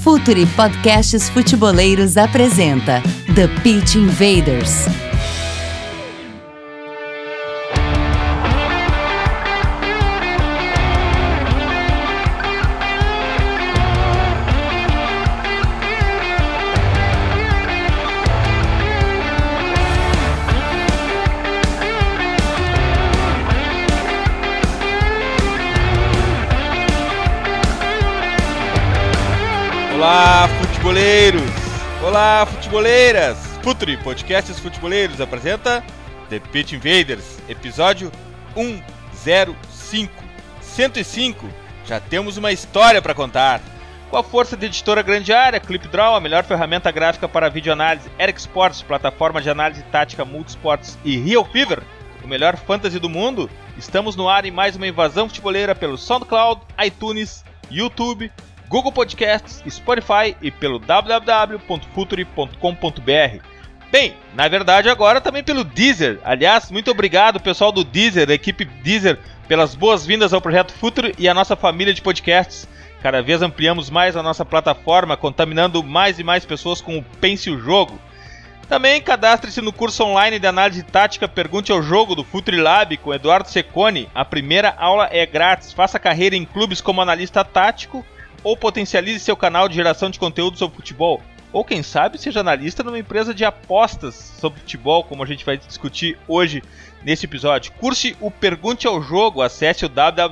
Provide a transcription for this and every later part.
Futuri Podcasts Futeboleiros apresenta The Pitch Invaders. Olá, futeboleiros! Olá, futeboleiras! Futuri Podcasts Futeboleiros apresenta The Pitch Invaders, episódio 105. 105, já temos uma história para contar. Com a força de editora Grande Área, ClipDraw, a melhor ferramenta gráfica para videoanálise, Eric Sports, plataforma de análise tática Multisports e Real Fever, o melhor fantasy do mundo, estamos no ar em mais uma invasão futeboleira pelo SoundCloud, iTunes, YouTube, Google Podcasts, Spotify e pelo www.futuri.com.br. Bem, na verdade agora também pelo Deezer. Aliás, muito obrigado pessoal do Deezer, da equipe Deezer, pelas boas-vindas ao Projeto Futuri e à nossa família de podcasts. Cada vez ampliamos mais a nossa plataforma, contaminando mais e mais pessoas com o Pense o Jogo. Também cadastre-se no curso online de análise tática Pergunte ao Jogo do Futuri Lab com Eduardo Secconi. A primeira aula é grátis. Faça carreira em clubes como analista tático ou potencialize seu canal de geração de conteúdo sobre futebol. Ou quem sabe seja analista numa empresa de apostas sobre futebol, como a gente vai discutir hoje nesse episódio. Curse o Pergunte ao Jogo, acesse o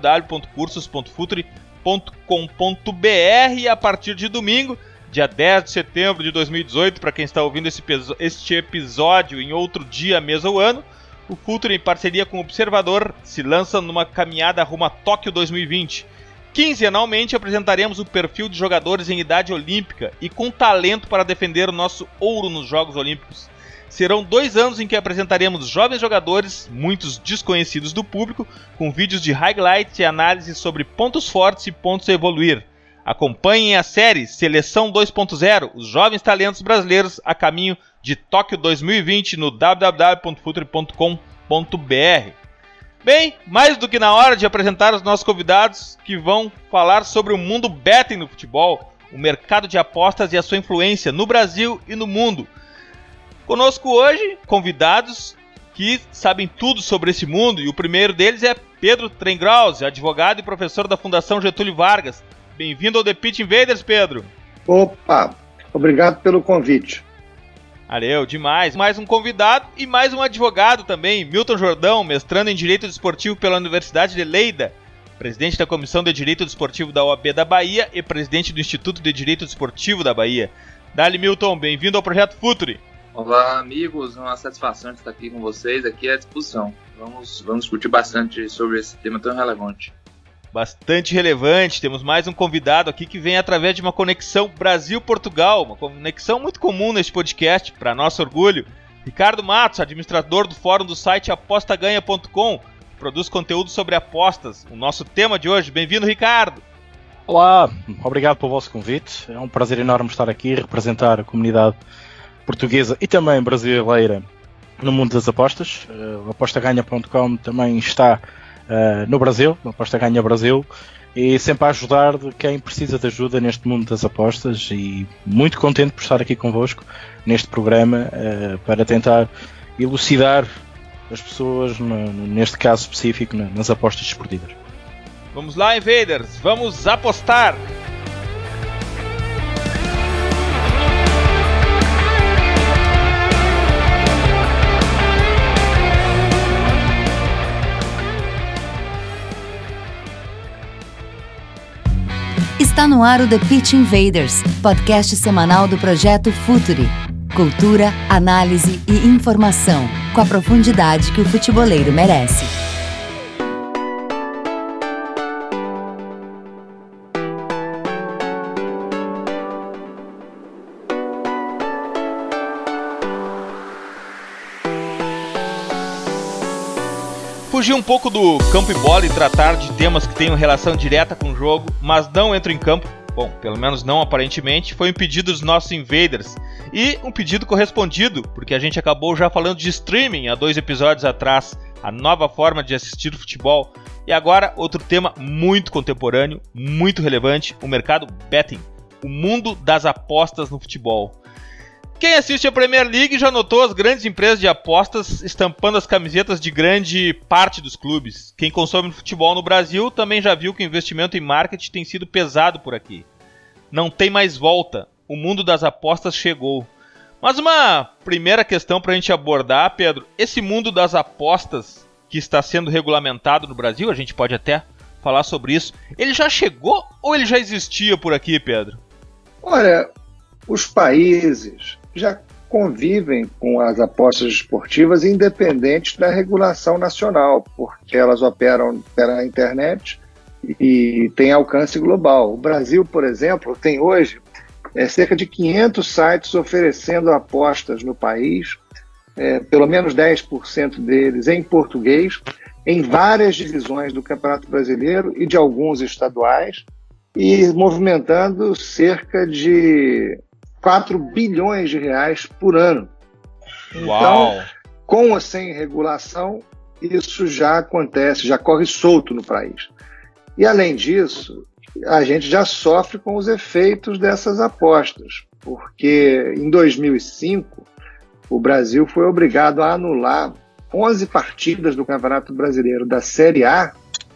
www.cursos.futuri.com.br e a partir de domingo, dia 10 de setembro de 2018, para quem está ouvindo este episódio em outro dia, mês ou ano, o Futuri, em parceria com o Observador, se lança numa caminhada rumo a Tóquio 2020. Quinzenalmente apresentaremos o perfil de jogadores em idade olímpica e com talento para defender o nosso ouro nos Jogos Olímpicos. Serão 2 anos em que apresentaremos jovens jogadores, muitos desconhecidos do público, com vídeos de highlights e análises sobre pontos fortes e pontos a evoluir. Acompanhem a série Seleção 2.0, os jovens talentos brasileiros a caminho de Tóquio 2020 no www.futuri.com.br. Bem, mais do que na hora de apresentar os nossos convidados que vão falar sobre o mundo betting no futebol, o mercado de apostas e a sua influência no Brasil e no mundo. Conosco hoje, convidados que sabem tudo sobre esse mundo, e o primeiro deles é Pedro Trengrause, advogado e professor da Fundação Getúlio Vargas. Bem-vindo ao The Pitch Invaders, Pedro. Opa, obrigado pelo convite. Valeu, demais. Mais um convidado e mais um advogado também, Milton Jordão, mestrando em Direito Desportivo pela Universidade de Lleida, presidente da Comissão de Direito Desportivo da OAB da Bahia e presidente do Instituto de Direito Desportivo da Bahia. Dali, Milton, bem-vindo ao Projeto Futuri. Olá, amigos, uma satisfação estar aqui com vocês, aqui à disposição. Vamos discutir bastante sobre esse tema tão relevante. Bastante relevante, temos mais um convidado aqui que vem através de uma conexão Brasil-Portugal, uma conexão muito comum neste podcast, para nosso orgulho. Ricardo Matos, administrador do fórum do site apostaganha.com, que produz conteúdo sobre apostas, o nosso tema de hoje. Bem-vindo, Ricardo! Olá, obrado pelo vosso convite, é um prazer enorme estar aqui e representar a comunidade portuguesa e também brasileira no mundo das apostas. O apostaganha.com também está no Brasil, no Aposta Ganha Brasil, e sempre a ajudar de quem precisa de ajuda neste mundo das apostas, e muito contente por estar aqui convosco neste programa para tentar elucidar as pessoas, neste caso específico, nas apostas desportivas. Vamos lá, Invaders, vamos apostar! Está no ar o The Pitch Invaders, podcast semanal do Projeto Futuri. Cultura, análise e informação, com a profundidade que o futeboleiro merece. Fugir um pouco do campo e bola e tratar de temas que tenham relação direta com o jogo, mas não entram em campo, bom, pelo menos não aparentemente, foi um pedido dos nossos invaders. E um pedido correspondido, porque a gente acabou já falando de streaming há 2 episódios atrás, a nova forma de assistir futebol. E agora, outro tema muito contemporâneo, muito relevante, o mercado betting. o mundo das apostas no futebol. Quem assiste a Premier League já notou as grandes empresas de apostas estampando as camisetas de grande parte dos clubes. Quem consome futebol no Brasil também já viu que o investimento em marketing tem sido pesado por aqui. Não tem mais volta. O mundo das apostas chegou. Mas uma primeira questão para a gente abordar, Pedro. Esse mundo das apostas que está sendo regulamentado no Brasil, a gente pode até falar sobre isso, ele já chegou ou ele já existia por aqui, Pedro? Olha, os países já convivem com as apostas esportivas independentes da regulação nacional, porque elas operam pela internet e têm alcance global. O Brasil, por exemplo, tem hoje cerca de 500 sites oferecendo apostas no país, pelo menos 10% deles em português, em várias divisões do Campeonato Brasileiro e de alguns estaduais, e movimentando cerca de 4 bilhões de reais por ano. Uau. Então, com ou sem regulação, isso já acontece, já corre solto no país. E além disso, a gente já sofre com os efeitos dessas apostas, porque em 2005 o Brasil foi obrigado a anular 11 partidas do Campeonato Brasileiro da Série A,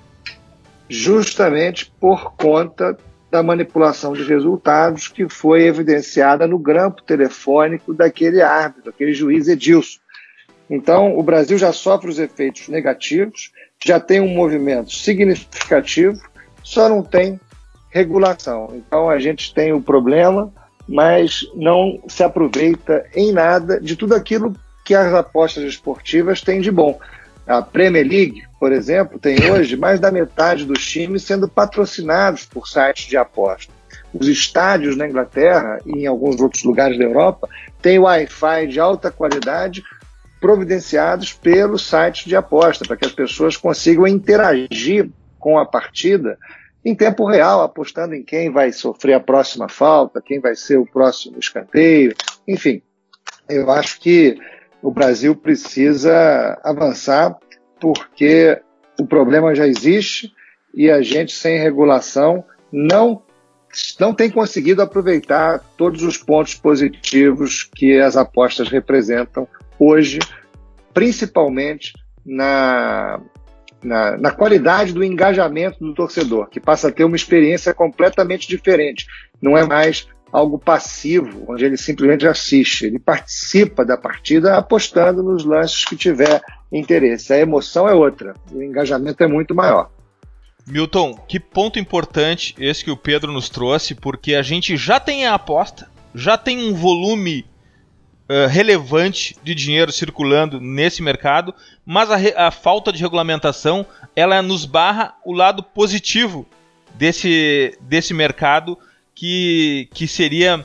justamente por conta da manipulação de resultados que foi evidenciada no grampo telefônico daquele árbitro, aquele juiz Edilson. Então, o Brasil já sofre os efeitos negativos, já tem um movimento significativo, só não tem regulação. Então, a gente tem o problema, mas não se aproveita em nada de tudo aquilo que as apostas esportivas têm de bom. A Premier League, por exemplo, tem hoje mais da metade dos times sendo patrocinados por sites de aposta. Os estádios na Inglaterra e em alguns outros lugares da Europa têm Wi-Fi de alta qualidade providenciados pelos sites de aposta, para que as pessoas consigam interagir com a partida em tempo real, apostando em quem vai sofrer a próxima falta, quem vai ser o próximo escanteio. Enfim, eu acho que o Brasil precisa avançar, porque o problema já existe e a gente, sem regulação, não tem conseguido aproveitar todos os pontos positivos que as apostas representam hoje, principalmente na qualidade do engajamento do torcedor, que passa a ter uma experiência completamente diferente. Não é mais algo passivo, onde ele simplesmente assiste. Ele participa da partida apostando nos lances que tiver interesse. A emoção é outra, o engajamento é muito maior. Milton, que ponto importante esse que o Pedro nos trouxe, porque a gente já tem a aposta, já tem um volume relevante de dinheiro circulando nesse mercado, mas a falta de regulamentação, ela nos barra o lado positivo desse mercado, que seria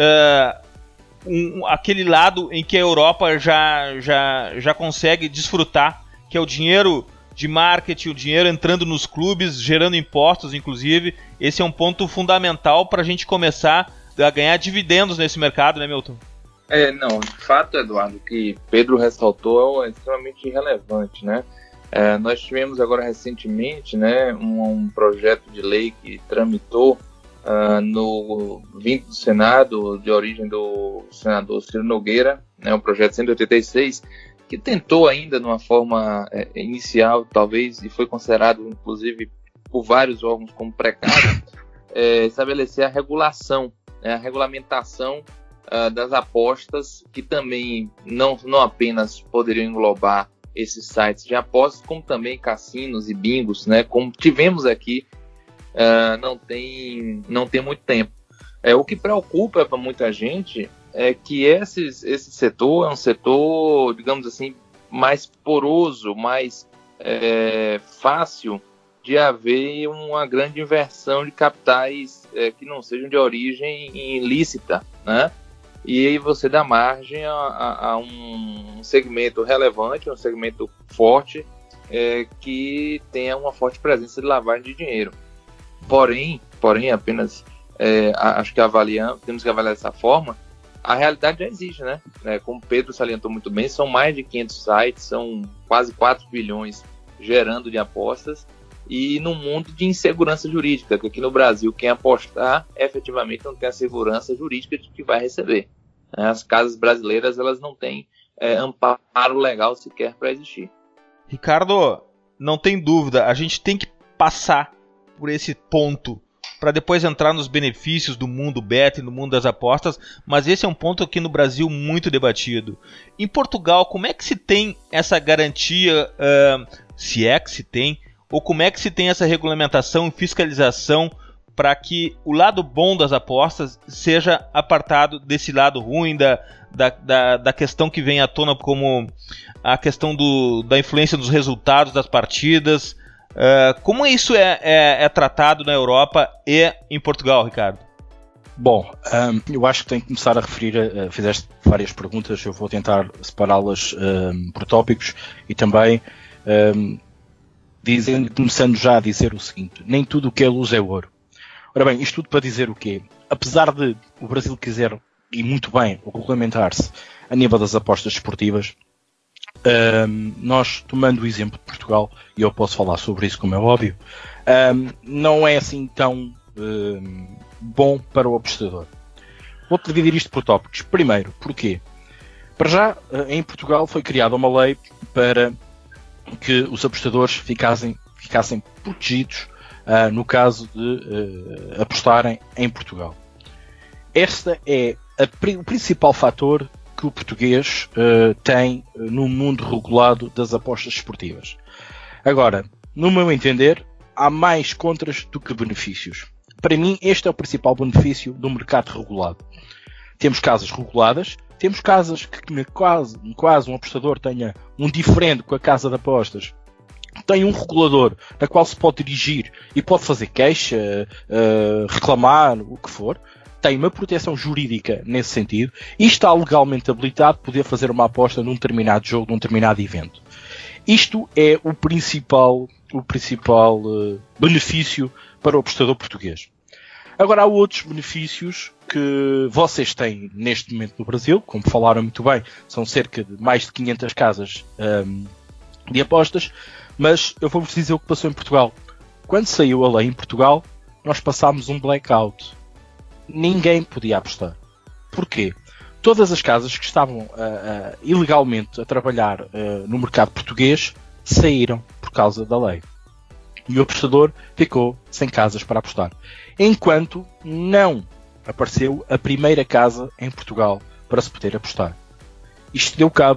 aquele lado em que a Europa já consegue desfrutar, que é o dinheiro de marketing, o dinheiro entrando nos clubes, gerando impostos, inclusive. Esse é um ponto fundamental para a gente começar a ganhar dividendos nesse mercado, né, Milton? Não, de fato, Eduardo, o que Pedro ressaltou é extremamente relevante, né? Nós tivemos agora recentemente, né, um projeto de lei que tramitou vindo do Senado, de origem do senador Ciro Nogueira, né, o projeto 186, que tentou ainda de uma forma inicial, talvez, e foi considerado, inclusive, por vários órgãos como precário, estabelecer a regulação, a regulamentação das apostas, que também não apenas poderiam englobar esses sites de apostas, como também cassinos e bingos, né, como tivemos aqui não tem muito tempo. O que preocupa para muita gente é que esse setor é um setor, digamos assim, mais poroso, mais fácil de haver uma grande inversão de capitais que não sejam de origem ilícita, né? E aí você dá margem a um segmento relevante, um segmento forte, que tenha uma forte presença de lavagem de dinheiro. Porém, apenas acho que temos que avaliar dessa forma. A realidade já existe, né? Como o Pedro salientou muito bem, são mais de 500 sites, são quase 4 bilhões gerando de apostas, e num mundo de insegurança jurídica, que aqui no Brasil quem apostar efetivamente não tem a segurança jurídica de que vai receber. As casas brasileiras elas não têm amparo legal sequer para existir. Ricardo, não tem dúvida, a gente tem que passar por esse ponto para depois entrar nos benefícios do mundo betting, no mundo das apostas, mas esse é um ponto aqui no Brasil muito debatido. Em Portugal, como é que se tem essa garantia, se é que se tem, ou como é que se tem essa regulamentação e fiscalização para que o lado bom das apostas seja apartado desse lado ruim, da questão que vem à tona, como a questão da influência dos resultados das partidas? Como isso é tratado na Europa e em Portugal, Ricardo? Bom, eu acho que tenho que começar a referir, fizeste várias perguntas, eu vou tentar separá-las por tópicos e também começando já a dizer o seguinte: nem tudo o que é luz é ouro. Ora bem, isto tudo para dizer o quê? Apesar de o Brasil quiser, e muito bem, regulamentar-se a nível das apostas esportivas, nós, tomando o exemplo de Portugal, e eu posso falar sobre isso como é óbvio, não é assim tão bom para o apostador. Vou-te dividir isto por tópicos. Primeiro, porquê? Para já, em Portugal foi criada uma lei para que os apostadores ficassem protegidos no caso de apostarem em Portugal. Este é o principal fator que o português tem no mundo regulado das apostas esportivas. Agora, no meu entender, há mais contras do que benefícios. Para mim, este é o principal benefício do mercado regulado. Temos casas reguladas, temos casas que quase um apostador tenha um diferendo com a casa de apostas. Tem um regulador na qual se pode dirigir e pode fazer queixa, reclamar, o que for. Tem uma proteção jurídica nesse sentido e está legalmente habilitado a poder fazer uma aposta num determinado jogo, num determinado evento. Isto é o principal benefício para o apostador português. Agora, há outros benefícios que vocês têm neste momento no Brasil, como falaram muito bem, são cerca de mais de 500 casas de apostas, mas eu vou-vos dizer o que passou em Portugal. Quando saiu a lei em Portugal, nós passámos um blackout. Ninguém podia apostar. Porquê? Todas as casas que estavam ilegalmente a trabalhar no mercado português saíram por causa da lei. E o apostador ficou sem casas para apostar. Enquanto não apareceu a primeira casa em Portugal para se poder apostar. Isto deu cabo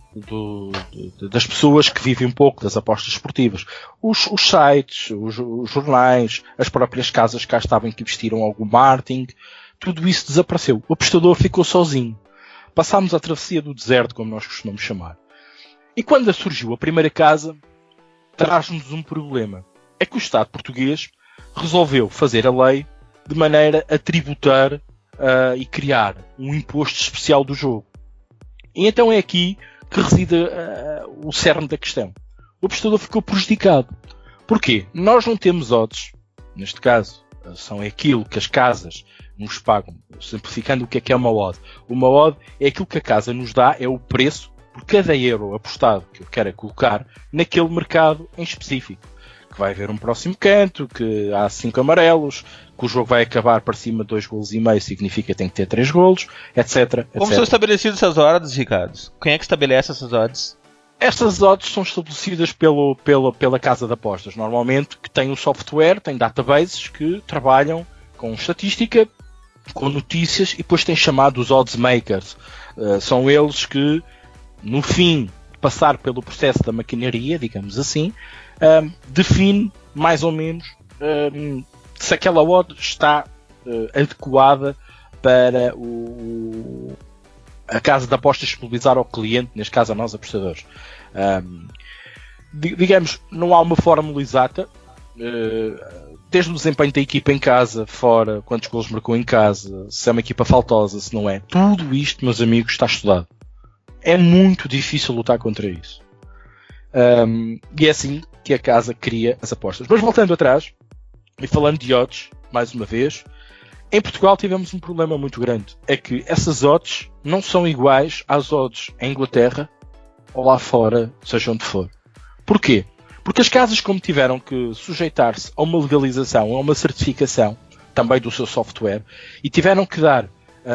das pessoas que vivem um pouco das apostas esportivas. Os sites, os jornais, as próprias casas que cá estavam que investiram algum marketing, tudo isso desapareceu. O apostador ficou sozinho. Passámos a travessia do deserto, como nós costumamos chamar. E quando surgiu a primeira casa, traz-nos um problema. É que o Estado português resolveu fazer a lei de maneira a tributar e criar um imposto especial do jogo. E então é aqui que reside o cerne da questão. O apostador ficou prejudicado. Porquê? Nós não temos odds, neste caso, são aquilo que as casas nos pagam, simplificando o que é uma odd. Uma odd é aquilo que a casa nos dá, é o preço por cada euro apostado que eu quero colocar naquele mercado em específico. Que vai haver um próximo canto, que há 5 amarelos, que o jogo vai acabar para cima de 2,5 golos, significa que tem que ter 3 golos, etc. Como são estabelecidas essas odds, Ricardo? Quem é que estabelece essas odds? Estas odds são estabelecidas pela casa de apostas, normalmente, que tem um software, tem databases que trabalham com estatística, com notícias, e depois tem chamados odds makers. São eles que, no fim de passar pelo processo da maquinaria, digamos assim, define mais ou menos se aquela odd está adequada para a casa de apostas disponibilizar ao cliente, neste caso a nós apostadores. Digamos, não há uma fórmula exata, desde o desempenho da equipa em casa, fora, quantos golos marcou em casa, se é uma equipa faltosa, se não é. Tudo isto, meus amigos, está estudado. É muito difícil lutar contra isso. E é assim que a casa cria as apostas. Mas voltando atrás, e falando de odds, mais uma vez, em Portugal tivemos um problema muito grande. É que essas odds não são iguais às odds em Inglaterra ou lá fora, seja onde for. Porquê? Porque as casas, como tiveram que sujeitar-se a uma legalização, a uma certificação também do seu software, e tiveram que dar,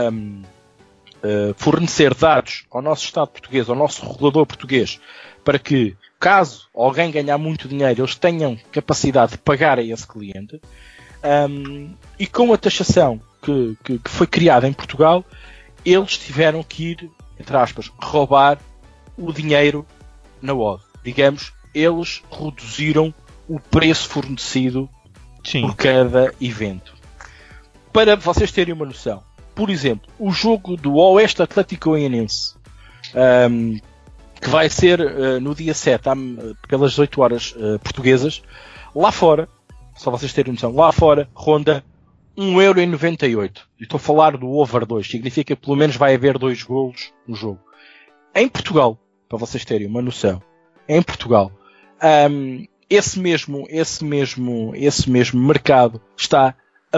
fornecer dados ao nosso Estado português, ao nosso regulador português, para que, caso alguém ganhar muito dinheiro, eles tenham capacidade de pagar a esse cliente, e com a taxação que foi criada em Portugal, eles tiveram que ir, entre aspas, roubar o dinheiro na odd. Digamos, eles reduziram o preço fornecido por cada evento. Para vocês terem uma noção, por exemplo, o jogo do Oeste Atlético Goianiense, que vai ser no dia 7, pelas 18 horas portuguesas, lá fora, só vocês terem noção, lá fora ronda 1,98€. Estou a falar do over 2, significa que pelo menos vai haver 2 golos no jogo. Em Portugal, para vocês terem uma noção, em Portugal, esse mesmo mercado está a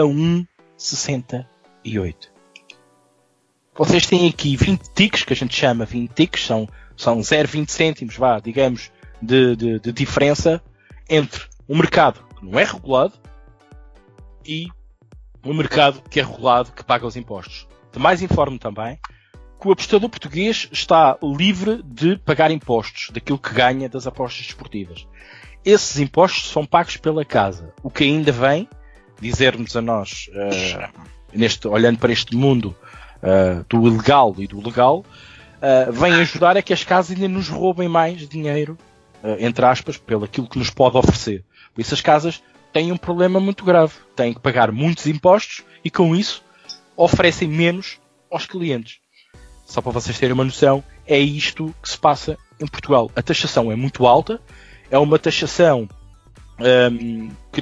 1,68. Vocês têm aqui 20 ticks, que a gente chama 20 ticks, são 0,20 cêntimos, digamos, de diferença entre um mercado que não é regulado e um mercado que é regulado, que paga os impostos. De mais informe também que o apostador português está livre de pagar impostos daquilo que ganha das apostas desportivas. Esses impostos são pagos pela casa, o que ainda vem dizer-nos a nós, olhando para este mundo do ilegal e do legal, vem ajudar a que as casas ainda nos roubem mais dinheiro, entre aspas, pelo aquilo que nos pode oferecer. Por isso as casas têm um problema muito grave. Têm que pagar muitos impostos e com isso oferecem menos aos clientes. Só para vocês terem uma noção, é isto que se passa em Portugal. A taxação é muito alta, é uma taxação que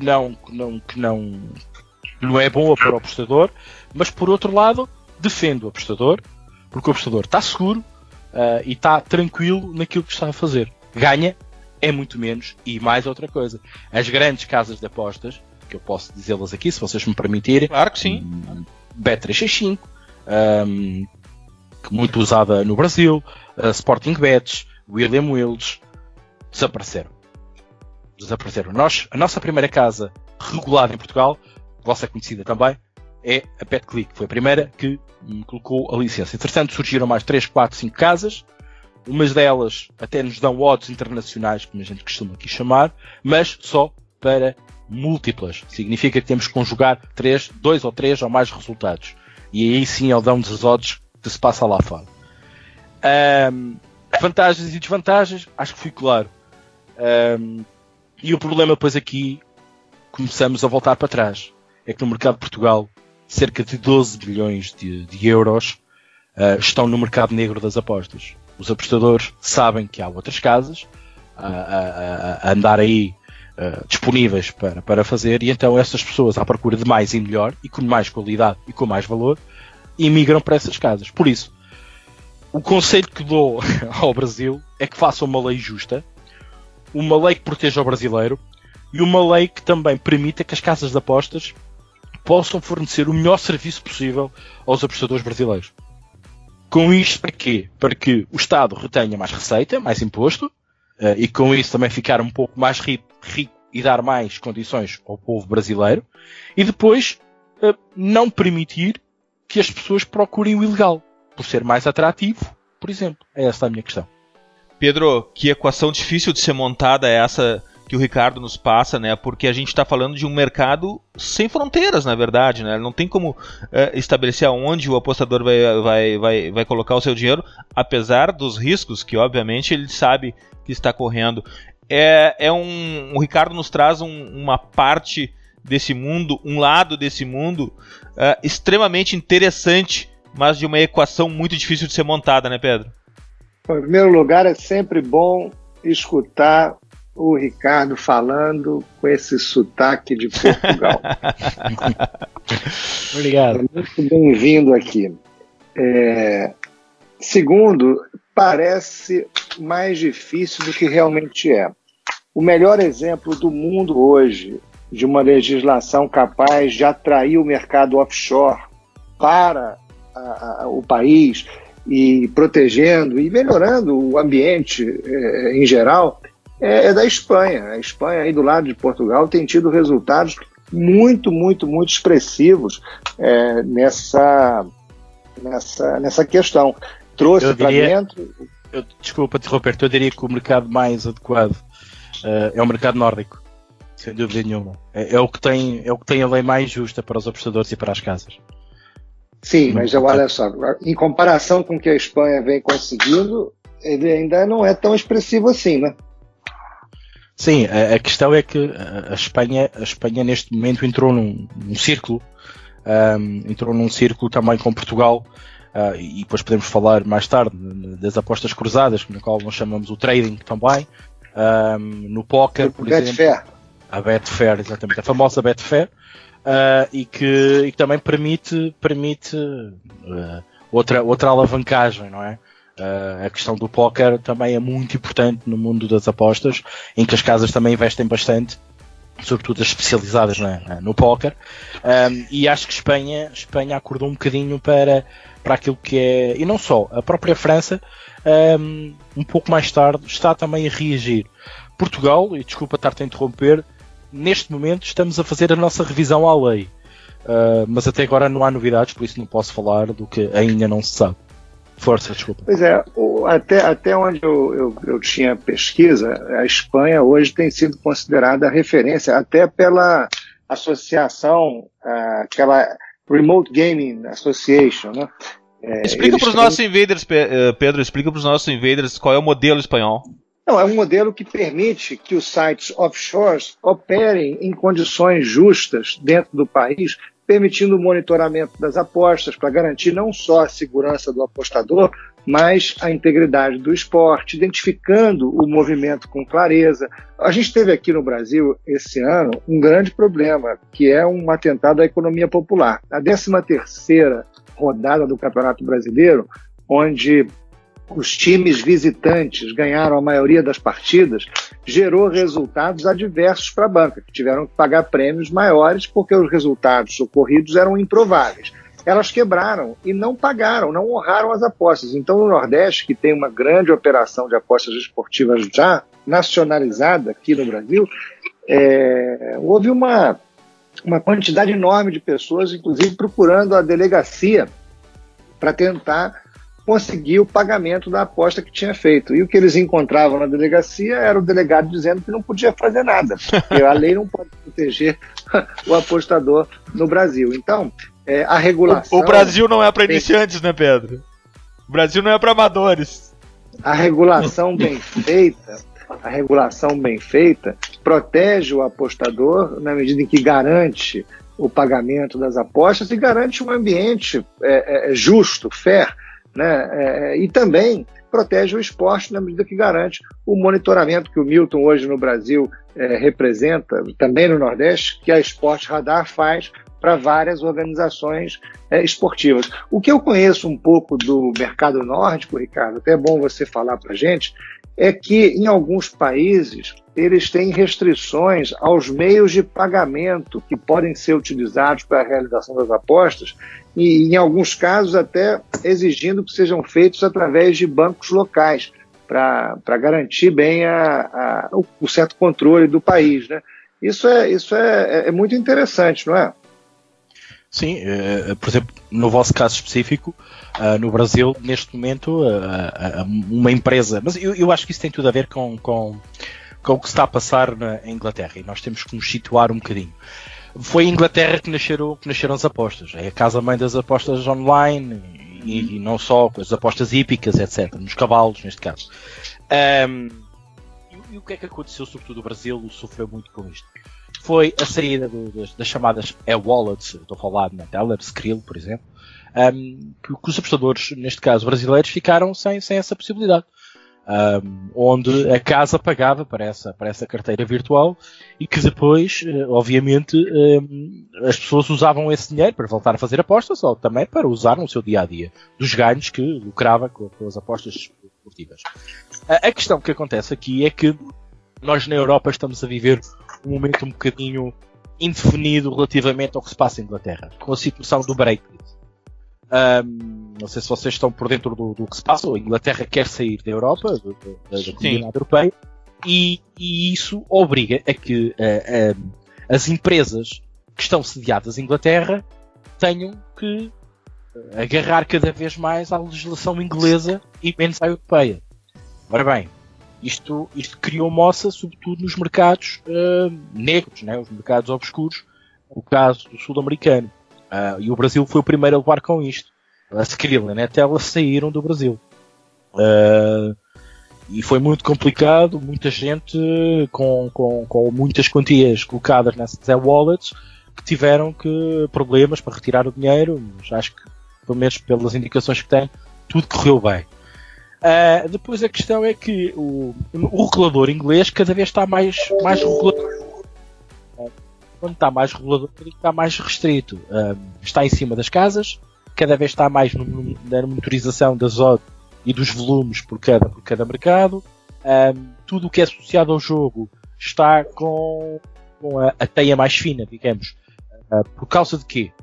não é boa para o apostador, mas por outro lado defende o apostador, porque o apostador está seguro e está tranquilo naquilo que está a fazer. Ganha é muito menos. E mais outra coisa, as grandes casas de apostas, que eu posso dizê-las aqui, se vocês me permitirem. Claro que sim. Bet365, muito usada no Brasil, Sporting Bets, William Wills, desapareceram. A nossa primeira casa regulada em Portugal, vossa conhecida também, é a BetClick. Foi a primeira que colocou a licença. Entretanto, surgiram mais 3, 4, 5 casas. Umas delas até nos dão odds internacionais, como a gente costuma aqui chamar, mas só para múltiplas. Significa que temos que conjugar 2 ou 3 ou mais resultados. E aí sim eles dão-nos as odds que se passa lá fora. Vantagens e desvantagens, acho que fui claro. E o problema depois aqui, começamos a voltar para trás. É que no mercado de Portugal, cerca de 12 bilhões de euros estão no mercado negro das apostas. Os apostadores sabem que há outras casas a andar aí disponíveis para fazer, e então essas pessoas à procura de mais e melhor, e com mais qualidade e com mais valor, imigram para essas casas. Por isso, o conselho que dou ao Brasil é que faça uma lei justa, uma lei que proteja o brasileiro e uma lei que também permita que as casas de apostas possam fornecer o melhor serviço possível aos apostadores brasileiros. Com isto para quê? Para que o Estado retenha mais receita, mais imposto, e com isso também ficar um pouco mais rico e dar mais condições ao povo brasileiro, e depois não permitir que as pessoas procurem o ilegal, por ser mais atrativo, por exemplo. É essa a minha questão. Pedro, que equação difícil de ser montada é essa que o Ricardo nos passa, né? Porque a gente está falando de um mercado sem fronteiras, na verdade, né? Não tem como estabelecer aonde o apostador vai colocar o seu dinheiro, apesar dos riscos que, obviamente, ele sabe que está correndo. O Ricardo nos traz uma parte desse mundo, um lado desse mundo extremamente interessante, mas de uma equação muito difícil de ser montada, né, Pedro? Bom, em primeiro lugar, é sempre bom escutar o Ricardo falando com esse sotaque de Portugal. Obrigado. É muito bem-vindo aqui. Segundo, parece mais difícil do que realmente é. O melhor exemplo do mundo hoje de uma legislação capaz de atrair o mercado offshore para o país e protegendo e melhorando o ambiente em geral é da Espanha. A Espanha, aí do lado de Portugal, tem tido resultados muito, muito, muito expressivos nessa questão. Trouxe para dentro... Desculpa interromper, eu diria que o mercado mais adequado é o mercado nórdico, sem dúvida nenhuma. É o que tem a lei mais justa para os apostadores e para as casas. Sim, mas olha só, em comparação com o que a Espanha vem conseguindo, ele ainda não é tão expressivo assim, né? Sim, a questão é que a Espanha neste momento entrou num círculo, também com Portugal, e depois podemos falar mais tarde das apostas cruzadas, no qual nós chamamos o trading também, no póquer, por exemplo. A Betfair, exatamente, a famosa Betfair, e que também permite outra alavancagem, não é? A questão do póquer também é muito importante no mundo das apostas, em que as casas também investem bastante, sobretudo as especializadas no póquer, e acho que Espanha acordou um bocadinho para aquilo que é, e não só, a própria França, um pouco mais tarde, está também a reagir. Portugal, e desculpa estar-te a interromper, neste momento estamos a fazer a nossa revisão à lei, mas até agora não há novidades, por isso não posso falar do que ainda não se sabe. Força, desculpa. Pois é, até onde eu tinha pesquisa, a Espanha hoje tem sido considerada referência, até pela associação, aquela Remote Gaming Association, né? Explica para os nossos invaders, Pedro, explica para os nossos invaders qual é o modelo espanhol. Não, é um modelo que permite que os sites offshores operem em condições justas dentro do país, permitindo o monitoramento das apostas para garantir não só a segurança do apostador, mas a integridade do esporte, identificando o movimento com clareza. A gente teve aqui no Brasil, esse ano, um grande problema, que é um atentado à economia popular. A 13ª rodada do Campeonato Brasileiro, onde os times visitantes ganharam a maioria das partidas, gerou resultados adversos para a banca, que tiveram que pagar prêmios maiores porque os resultados ocorridos eram improváveis. Elas quebraram e não pagaram, não honraram as apostas. Então, no Nordeste, que tem uma grande operação de apostas esportivas já nacionalizada aqui no Brasil, houve uma quantidade enorme de pessoas, inclusive procurando a delegacia para tentar conseguir o pagamento da aposta que tinha feito. E o que eles encontravam na delegacia era o delegado dizendo que não podia fazer nada, porque a lei não pode proteger o apostador no Brasil. Então, a regulação... O Brasil não é para iniciantes, né, Pedro? O Brasil não é para amadores. A regulação bem feita protege o apostador na medida em que garante o pagamento das apostas e garante um ambiente justo, fair, né? E também protege o esporte na medida que garante o monitoramento que o Milton hoje no Brasil representa, também no Nordeste, que a Esporte Radar faz para várias organizações esportivas. O que eu conheço um pouco do mercado nórdico, Ricardo, até é bom você falar para a gente, é que em alguns países eles têm restrições aos meios de pagamento que podem ser utilizados para a realização das apostas e, em alguns casos, até exigindo que sejam feitos através de bancos locais para garantir bem o certo controle do país, né? Isso é muito interessante, não é? Sim, por exemplo, no vosso caso específico, no Brasil, neste momento, uma empresa... Mas eu acho que isso tem tudo a ver com o que se está a passar na Inglaterra, e nós temos que nos situar um bocadinho. Foi em Inglaterra que nasceram as apostas. É a casa-mãe das apostas online, e não só, as apostas hípicas, etc. Nos cavalos, neste caso. E o que é que aconteceu, sobretudo o Brasil, sofreu muito com isto? Foi a saída das chamadas e-wallets, estou a falar na Teller, Skrill, por exemplo, que os apostadores, neste caso brasileiros, ficaram sem essa possibilidade. Onde a casa pagava para essa carteira virtual e que depois, obviamente, as pessoas usavam esse dinheiro para voltar a fazer apostas ou também para usar no seu dia-a-dia dos ganhos que lucrava com as apostas esportivas. A questão que acontece aqui é que nós na Europa estamos a viver um momento um bocadinho indefinido relativamente ao que se passa em Inglaterra, com a situação do Brexit. Não sei se vocês estão por dentro do que se passa. A Inglaterra quer sair da Europa, da Comunidade Europeia, e isso obriga a que as empresas que estão sediadas em Inglaterra tenham que agarrar cada vez mais à legislação inglesa e menos à europeia. Ora bem, isto criou moça, sobretudo nos mercados negros, né? Os mercados obscuros, o caso do sul-americano. E o Brasil foi o primeiro a levar com isto. A Skrilla, né? Até elas saíram do Brasil. E foi muito complicado, muita gente com muitas quantias colocadas nessas wallets que tiveram problemas para retirar o dinheiro, mas acho que, pelo menos pelas indicações que tem, tudo correu bem. Depois a questão é que o regulador inglês cada vez está mais regulador. Quando está mais regulador, está mais restrito. Está em cima das casas, cada vez está mais na monitorização das odds e dos volumes por cada mercado. Tudo o que é associado ao jogo está com a teia mais fina, digamos. Por causa de quê?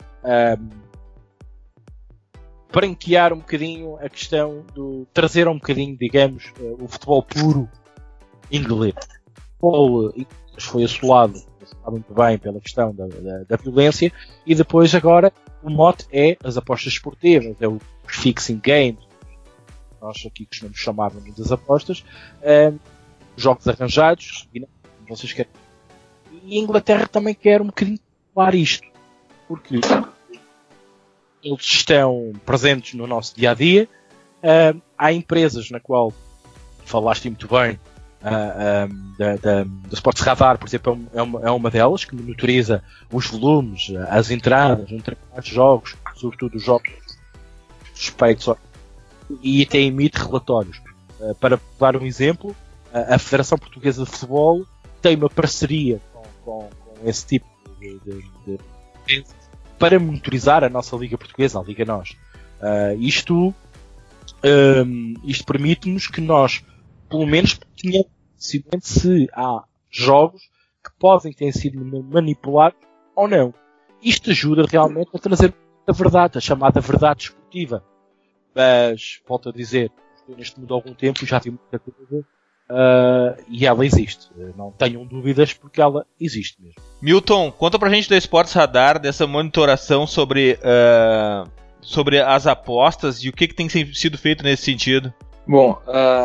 Branquear um bocadinho a questão trazer um bocadinho, digamos, o futebol puro inglês. O futebol foi assolado muito bem pela questão da violência, e depois agora o mote é as apostas esportivas, é o fixing games, nós aqui costumamos chamar das apostas, jogos arranjados, e vocês querem. E a Inglaterra também quer um bocadinho falar isto, porque eles estão presentes no nosso dia-a-dia. Há empresas na qual falaste muito bem, da Sports Radar, por exemplo, é uma delas que monitoriza os volumes, as entradas, os jogos, sobretudo os jogos suspeitos, e até emite relatórios. Para dar um exemplo, a Federação Portuguesa de Futebol tem uma parceria com esse tipo de para monitorizar a nossa Liga Portuguesa, a Liga Nós. Isto permite-nos que nós, pelo menos, tenhamos se há jogos que podem ter sido manipulados ou não. Isto ajuda realmente a trazer a verdade, a chamada verdade esportiva. Mas, volto a dizer, estou neste mundo há algum tempo e já vi muita coisa, e ela existe. Não tenham dúvidas, porque ela existe mesmo. Milton, conta pra gente da Sports Radar, dessa monitoração sobre as apostas e o que tem sido feito nesse sentido. Bom,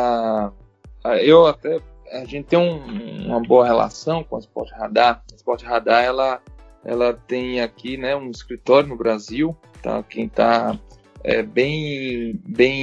a gente tem uma boa relação com a Sports Radar. A Sports Radar ela tem aqui, né, um escritório no Brasil. Tá? Quem está bem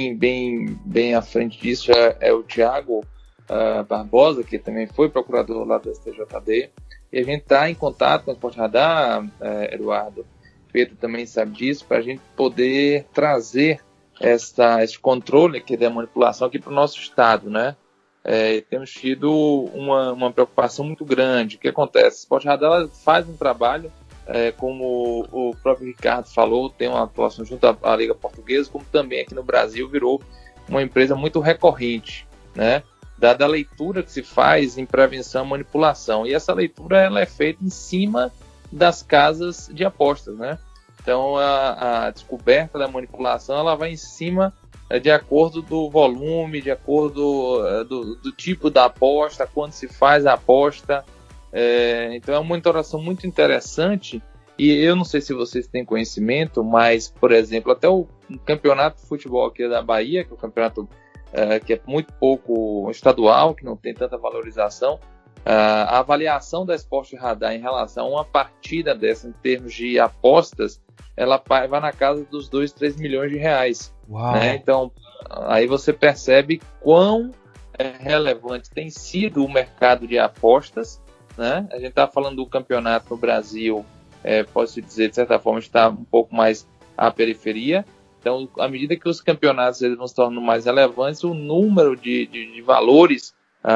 à frente disso é o Thiago Barbosa, que também foi procurador lá do STJD, e a gente está em contato com a Sports Radar, Eduardo, Pedro também sabe disso, para a gente poder trazer esse controle aqui da manipulação aqui para o nosso estado, né? Temos tido uma preocupação muito grande. O que acontece? A Sports Radar ela faz um trabalho, como o próprio Ricardo falou, tem uma atuação junto à Liga Portuguesa, como também aqui no Brasil virou uma empresa muito recorrente, né? Dada a leitura que se faz em prevenção à manipulação. E essa leitura ela é feita em cima das casas de apostas, né? Então a descoberta da manipulação ela vai em cima de acordo do volume, de acordo do tipo da aposta, quando se faz a aposta. Então é uma monitoração muito interessante. E eu não sei se vocês têm conhecimento, mas, por exemplo, até o campeonato de futebol aqui da Bahia, que é o campeonato que é muito pouco estadual, que não tem tanta valorização, a avaliação da Sports Radar em relação a uma partida dessa, em termos de apostas, ela vai na casa dos 2, 3 milhões de reais. Né? Então, aí você percebe quão relevante tem sido o mercado de apostas. Né? A gente está falando do campeonato no Brasil, pode-se dizer, de certa forma, está um pouco mais à periferia. Então, à medida que os campeonatos eles vão se tornando mais relevantes, o número de valores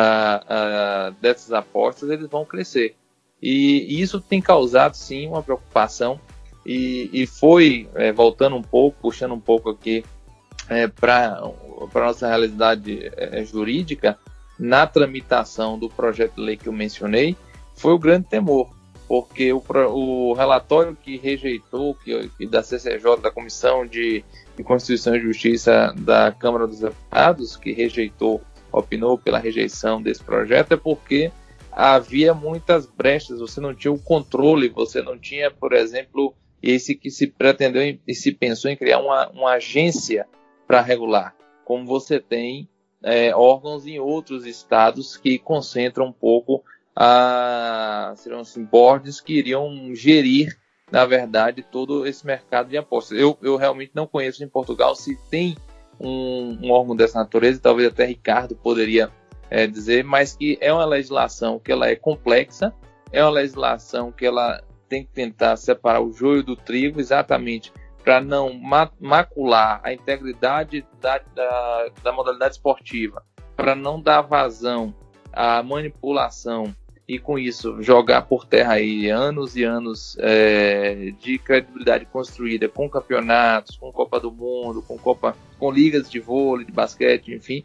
dessas apostas eles vão crescer. E isso tem causado, sim, uma preocupação. E foi, voltando um pouco, puxando um pouco aqui para a nossa realidade jurídica, na tramitação do projeto de lei que eu mencionei, foi o grande temor. Porque o relatório que rejeitou, que da CCJ, da Comissão de Constituição e Justiça da Câmara dos Deputados, que rejeitou opinou pela rejeição desse projeto, é porque havia muitas brechas, você não tinha o controle, você não tinha, por exemplo, esse que se pretendeu e se pensou em criar uma agência para regular, como você tem órgãos em outros estados que concentram um pouco, seriam assim, boards que iriam gerir, na verdade, todo esse mercado de apostas. Eu realmente não conheço em Portugal se tem um órgão dessa natureza, talvez até Ricardo poderia dizer, mas que é uma legislação que ela é complexa, é uma legislação que ela tem que tentar separar o joio do trigo, exatamente para não macular a integridade da modalidade esportiva, para não dar vazão à manipulação e com isso jogar por terra aí anos e anos de credibilidade construída com campeonatos, com Copa do Mundo, com ligas de vôlei, de basquete, enfim.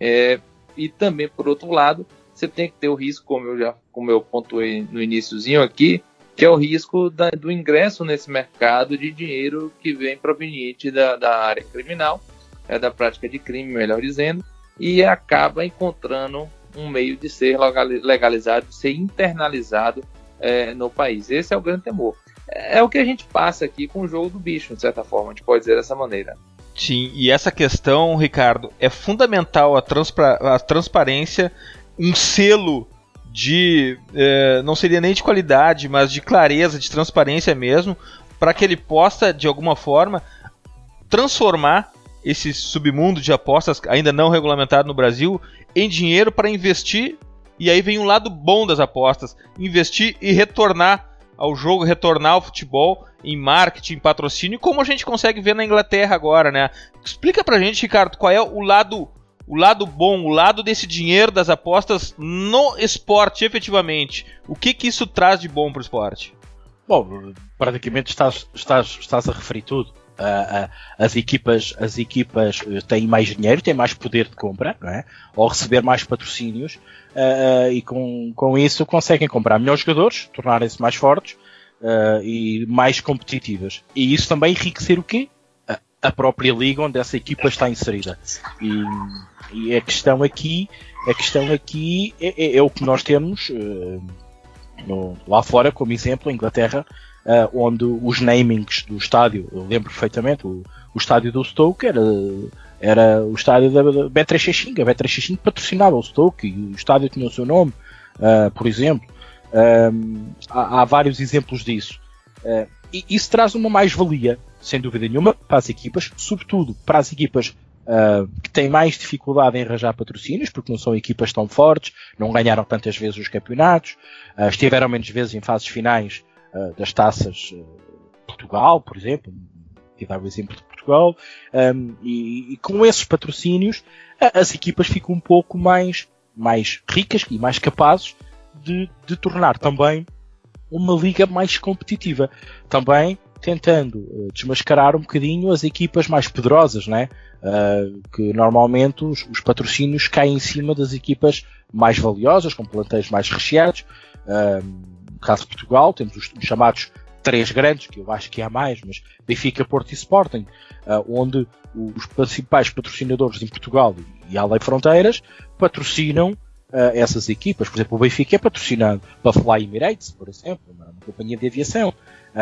E também, por outro lado, você tem que ter o risco, como eu pontuei no iniciozinho aqui, que é o risco do ingresso nesse mercado de dinheiro que vem proveniente da área criminal, da prática de crime, melhor dizendo, e acaba encontrando um meio de ser legalizado, de ser internalizado no país. Esse é o grande temor. É o que a gente passa aqui com o jogo do bicho, de certa forma, a gente pode dizer dessa maneira. Sim, e essa questão, Ricardo, é fundamental a transparência, um selo de, não seria nem de qualidade, mas de clareza, de transparência mesmo, para que ele possa, de alguma forma, transformar esse submundo de apostas ainda não regulamentado no Brasil em dinheiro para investir, e aí vem um lado bom das apostas, investir e retornar ao jogo, retornar ao futebol em marketing, em patrocínio, como a gente consegue ver na Inglaterra agora, né? Explica pra gente, Ricardo, qual é o lado bom, o lado desse dinheiro das apostas no esporte, efetivamente. O que isso traz de bom pro esporte? Bom, praticamente estás a referir tudo. As equipas têm mais dinheiro, têm mais poder de compra, não é? Ou receber mais patrocínios, e com isso conseguem comprar melhores jogadores, tornarem-se mais fortes e mais competitivas. E isso também enriquecer o quê? A própria liga onde essa equipa está inserida. E a questão aqui é o que nós temos lá fora, como exemplo, a Inglaterra, onde os namings do estádio, eu lembro perfeitamente, o estádio do Stoke era o estádio da Bet365, a Bet365 patrocinava o Stoke e o estádio tinha o seu nome, por exemplo. Há vários exemplos disso. E isso traz uma mais-valia, sem dúvida nenhuma, para as equipas, sobretudo para as equipas que têm mais dificuldade em arranjar patrocínios, porque não são equipas tão fortes, não ganharam tantas vezes os campeonatos, estiveram menos vezes em fases finais das taças. Portugal, por exemplo, que dá o exemplo de Portugal, e com esses patrocínios as equipas ficam um pouco mais ricas e mais capazes de tornar também uma liga mais competitiva, também tentando desmascarar um bocadinho as equipas mais poderosas, né? Que normalmente os patrocínios caem em cima das equipas mais valiosas, com plantéis mais recheados. No caso de Portugal, temos os chamados três grandes, que eu acho que há mais, mas Benfica, Porto e Sporting, onde os principais patrocinadores em Portugal e além fronteiras patrocinam essas equipas. Por exemplo, o Benfica é patrocinado pela Fly Emirates, por exemplo, uma companhia de aviação.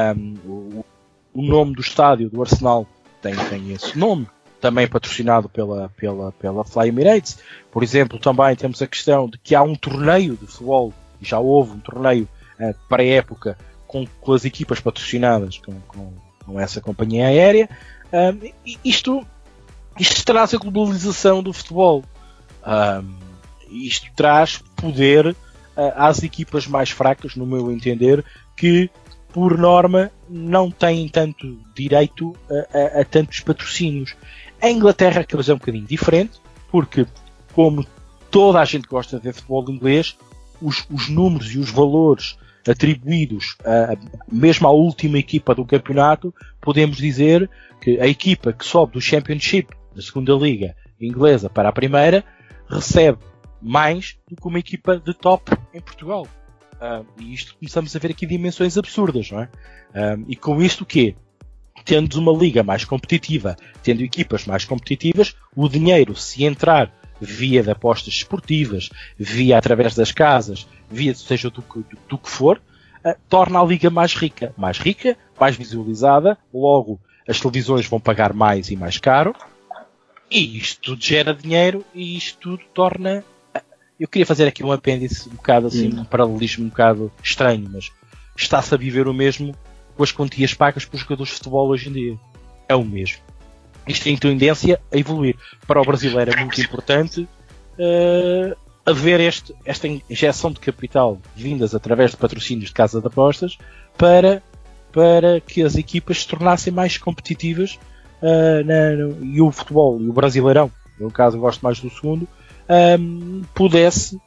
O nome do estádio do Arsenal tem esse nome, também patrocinado pela Fly Emirates. Por exemplo, também temos a questão de que há um torneio de futebol, e já houve um torneio para a época com as equipas patrocinadas com essa companhia aérea. Isto traz a globalização do futebol. Isto traz poder às equipas mais fracas, no meu entender, que por norma não têm tanto direito a tantos patrocínios. A Inglaterra, que é um bocadinho diferente, porque como toda a gente gosta de ver futebol inglês, os números e os valores atribuídos mesmo à última equipa do campeonato, podemos dizer que a equipa que sobe do Championship, da segunda liga inglesa, para a primeira, recebe mais do que uma equipa de top em Portugal. E isto começamos a ver aqui dimensões absurdas, não é? E com isto o quê? Tendo uma liga mais competitiva, tendo equipas mais competitivas, o dinheiro, se entrar via de apostas esportivas, via através das casas, via seja do que for, torna a liga mais rica, mais visualizada, logo as televisões vão pagar mais e mais caro, e isto tudo gera dinheiro, e isto tudo torna... Eu queria fazer aqui um apêndice um bocado assim, um paralelismo um bocado estranho, mas está-se a viver o mesmo com as quantias pagas para os jogadores de futebol hoje em dia. É o mesmo. Isto tem tendência a evoluir. Para o brasileiro é muito importante haver esta injeção de capital vindas através de patrocínios de casa de apostas para que as equipas se tornassem mais competitivas e o futebol, e o brasileirão, no caso eu gosto mais do segundo, pudesse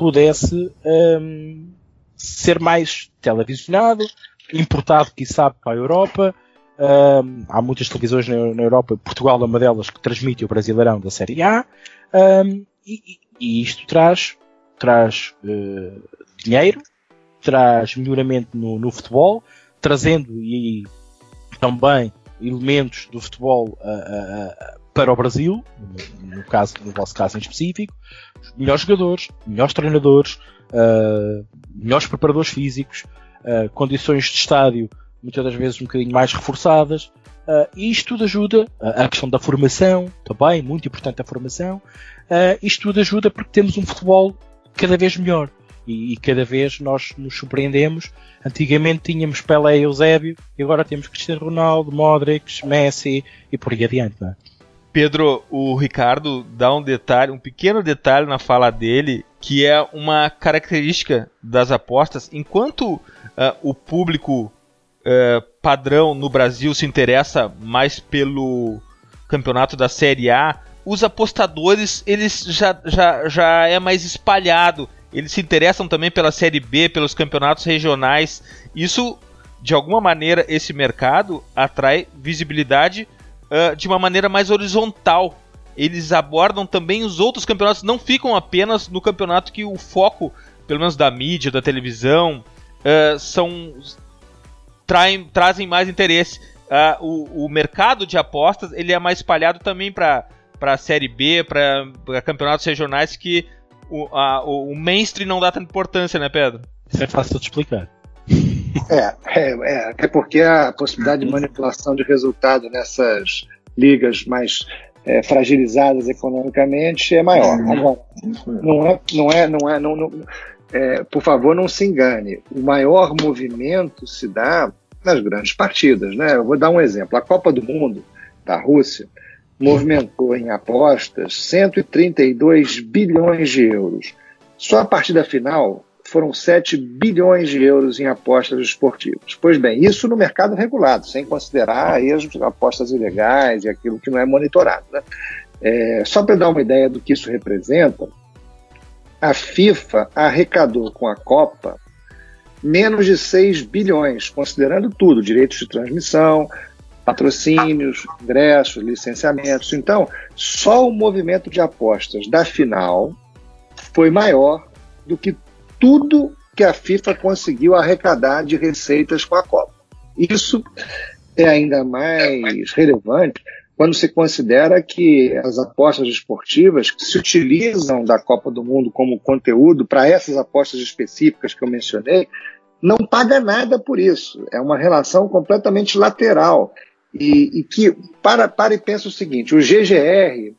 ser mais televisionado, importado, quiçá, para a Europa. Há muitas televisões na Europa, Portugal é uma delas, que transmite o Brasileirão da Série A, e isto traz dinheiro, traz melhoramento no futebol, trazendo e também elementos do futebol para o Brasil, no vosso caso em específico, melhores jogadores, melhores treinadores, melhores preparadores físicos, condições de estádio muitas das vezes um bocadinho mais reforçadas, e isto tudo ajuda, a questão da formação, também, muito importante a formação, isto tudo ajuda porque temos um futebol cada vez melhor, e cada vez nós nos surpreendemos. Antigamente tínhamos Pelé e Eusébio, e agora temos Cristiano Ronaldo, Modric, Messi, e por aí adiante, não é? Pedro, o Ricardo dá um pequeno detalhe na fala dele, que é uma característica das apostas. Enquanto o público padrão no Brasil se interessa mais pelo campeonato da Série A, os apostadores, eles já é mais espalhado. Eles se interessam também pela Série B, pelos campeonatos regionais. Isso, de alguma maneira, esse mercado atrai visibilidade de uma maneira mais horizontal. Eles abordam também os outros campeonatos, não ficam apenas no campeonato que o foco, pelo menos da mídia, da televisão, trazem mais interesse. O mercado de apostas ele é mais espalhado também para a Série B, para campeonatos regionais, que o mainstream não dá tanta importância, né, Pedro? Isso é fácil de explicar. Até porque a possibilidade de manipulação de resultado nessas ligas mais fragilizadas economicamente é maior. Por favor, não se engane. O maior movimento se dá nas grandes partidas, né? Eu vou dar um exemplo. A Copa do Mundo da Rússia movimentou em apostas 132 bilhões de euros. Só a partida final foram 7 bilhões de euros em apostas esportivas. Pois bem, isso no mercado regulado, sem considerar aí as apostas ilegais e aquilo que não é monitorado, né? Só para dar uma ideia do que isso representa, a FIFA arrecadou com a Copa menos de 6 bilhões, considerando tudo, direitos de transmissão, patrocínios, ingressos, licenciamentos. Então, só o movimento de apostas da final foi maior do que tudo que a FIFA conseguiu arrecadar de receitas com a Copa. Isso é ainda mais relevante quando se considera que as apostas esportivas que se utilizam da Copa do Mundo como conteúdo para essas apostas específicas que eu mencionei, não paga nada por isso. É uma relação completamente lateral. E que, para e pensa o seguinte, o GGR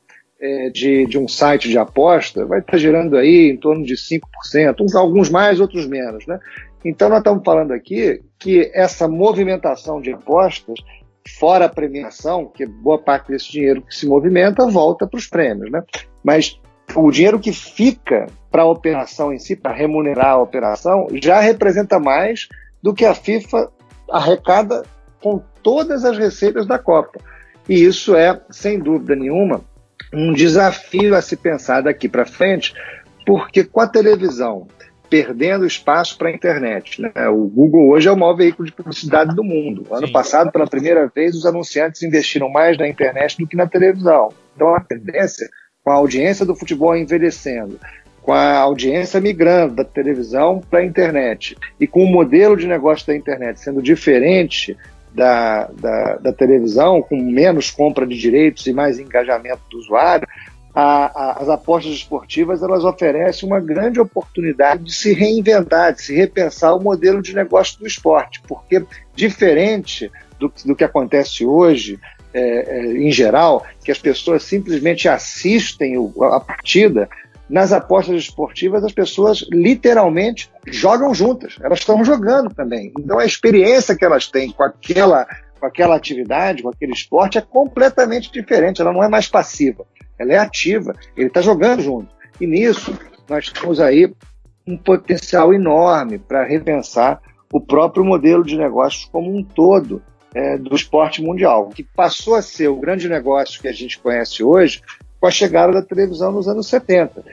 de um site de aposta vai estar gerando aí em torno de 5%, alguns mais, outros menos, né? Então nós estamos falando aqui que essa movimentação de apostas, fora a premiação, que boa parte desse dinheiro que se movimenta volta para os prêmios, né? Mas o dinheiro que fica para a operação em si, para remunerar a operação, já representa mais do que a FIFA arrecada com todas as receitas da Copa. E isso é, sem dúvida nenhuma, um desafio a se pensar daqui para frente, porque com a televisão perdendo espaço para a internet, né? O Google hoje é o maior veículo de publicidade do mundo. Ano passado, pela primeira vez, os anunciantes investiram mais na internet do que na televisão. Então a tendência, com a audiência do futebol envelhecendo, com a audiência migrando da televisão para a internet e com o modelo de negócio da internet sendo diferente da televisão, com menos compra de direitos e mais engajamento do usuário, as apostas esportivas elas oferecem uma grande oportunidade de se reinventar, de se repensar o modelo de negócio do esporte, porque diferente do que acontece hoje, em geral, que as pessoas simplesmente assistem a partida, nas apostas esportivas as pessoas literalmente jogam juntas, elas estão jogando também. Então a experiência que elas têm com aquela atividade, com aquele esporte é completamente diferente, ela não é mais passiva, ela é ativa, ele está jogando junto. E nisso nós temos aí um potencial enorme para repensar o próprio modelo de negócios como um todo do esporte mundial, que passou a ser o grande negócio que a gente conhece hoje com a chegada da televisão nos anos 70.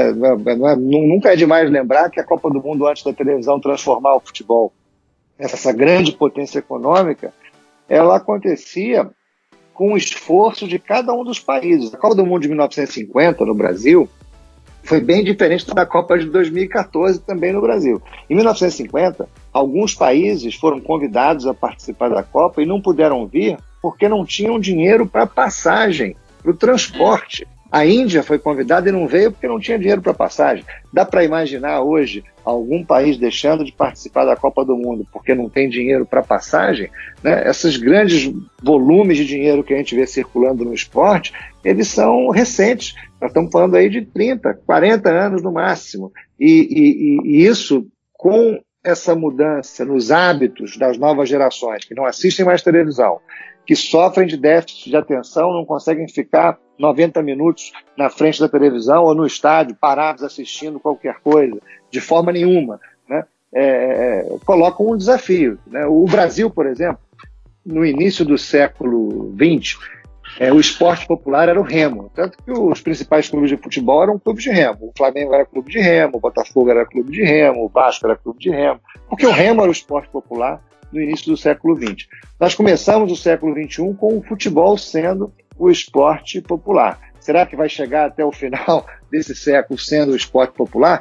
Nunca é demais lembrar que a Copa do Mundo, antes da televisão transformar o futebol, essa grande potência econômica, ela acontecia com o esforço de cada um dos países. A Copa do Mundo de 1950, no Brasil, foi bem diferente da Copa de 2014 também no Brasil. Em 1950, alguns países foram convidados a participar da Copa e não puderam vir porque não tinham dinheiro para passagem, para o transporte. A Índia foi convidada e não veio porque não tinha dinheiro para passagem. Dá para imaginar hoje algum país deixando de participar da Copa do Mundo porque não tem dinheiro para passagem? Né? Esses grandes volumes de dinheiro que a gente vê circulando no esporte, eles são recentes. Nós estamos falando aí de 30, 40 anos no máximo. E isso, com essa mudança nos hábitos das novas gerações, que não assistem mais televisão, que sofrem de déficit de atenção, não conseguem ficar 90 minutos na frente da televisão ou no estádio, parados assistindo qualquer coisa, de forma nenhuma, né? Colocam um desafio, né? O Brasil, por exemplo, no início do século XX, o esporte popular era o remo, tanto que os principais clubes de futebol eram clubes de remo. O Flamengo era clube de remo, o Botafogo era clube de remo, o Vasco era clube de remo, porque o remo era o esporte popular no início do século XX. Nós começamos o século XXI com o futebol sendo o esporte popular. Será que vai chegar até o final desse século sendo o esporte popular?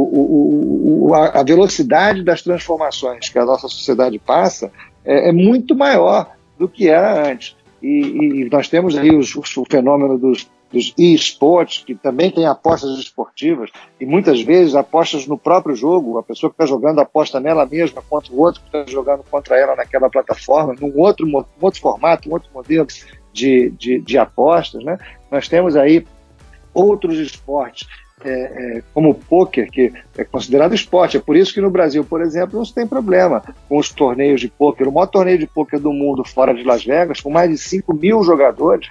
A velocidade das transformações que a nossa sociedade passa é muito maior do que era antes. E nós temos aí o fenômeno dos e-sports, que também tem apostas esportivas, e muitas vezes apostas no próprio jogo. A pessoa que está jogando aposta nela mesma contra o outro que está jogando contra ela naquela plataforma, num outro formato, um outro modelo de apostas, né? Nós temos aí outros esportes, como o pôquer, que é considerado esporte. É por isso que no Brasil, por exemplo, não se tem problema com os torneios de pôquer. O maior torneio de pôquer do mundo fora de Las Vegas, com mais de 5 mil jogadores,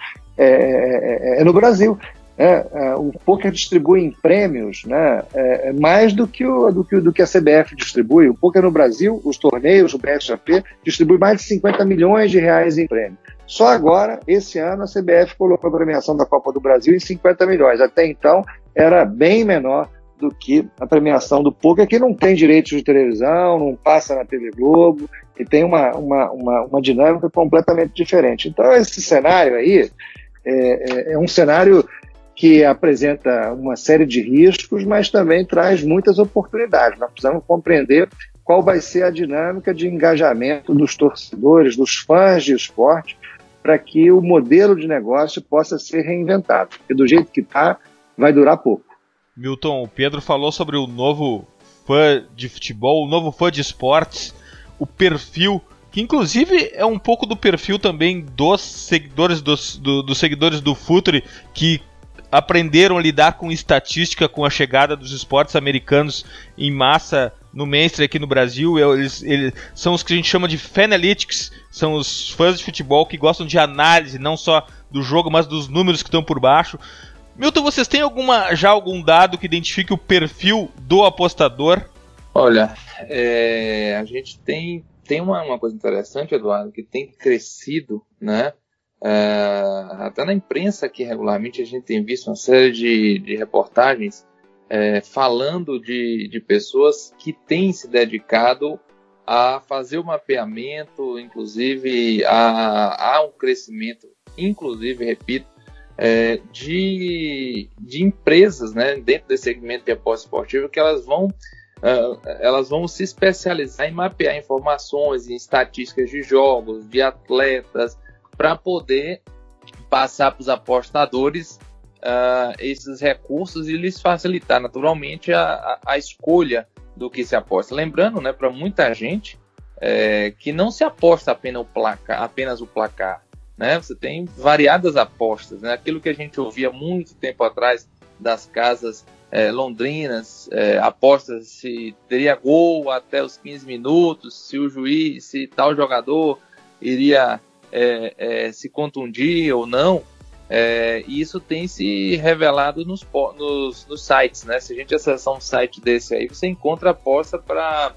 é no Brasil. O pôquer distribui em prêmios, né, mais do que a CBF distribui. O pôquer no Brasil, os torneios, o BSJP, distribui mais de 50 milhões de reais em prêmio. Só agora, esse ano, a CBF colocou a premiação da Copa do Brasil em 50 milhões. Até então, era bem menor do que a premiação do pôquer, que não tem direitos de televisão, não passa na TV Globo, e tem uma dinâmica completamente diferente. Então, esse cenário aí é um cenário que apresenta uma série de riscos, mas também traz muitas oportunidades. Nós precisamos compreender qual vai ser a dinâmica de engajamento dos torcedores, dos fãs de esporte, para que o modelo de negócio possa ser reinventado. Porque do jeito que está, vai durar pouco. Milton, o Pedro falou sobre o novo fã de futebol, o novo fã de esportes, o perfil, que inclusive é um pouco do perfil também dos seguidores dos seguidores do Futuri, que aprenderam a lidar com estatística com a chegada dos esportes americanos em massa no mainstream aqui no Brasil. Eles são os que a gente chama de Fanalytics, são os fãs de futebol que gostam de análise, não só do jogo, mas dos números que estão por baixo. Milton, vocês têm já algum dado que identifique o perfil do apostador? Olha, a gente tem uma coisa interessante, Eduardo, que tem crescido, né? Até na imprensa aqui regularmente a gente tem visto uma série de reportagens falando de pessoas que têm se dedicado a fazer o mapeamento, inclusive a um crescimento, inclusive, repito, de empresas, né, dentro desse segmento de aposta esportiva, que elas vão se especializar em mapear informações, em estatísticas de jogos, de atletas, para poder passar para os apostadores esses recursos e lhes facilitar naturalmente a escolha do que se aposta. Lembrando, né, para muita gente que não se aposta apenas o placar, né? Você tem variadas apostas, né? Aquilo que a gente ouvia muito tempo atrás das casas londrinas, apostas se teria gol até os 15 minutos, se tal jogador iria se contundir ou não. E isso tem se revelado nos sites, né? Se a gente acessar um site desse aí, você encontra aposta para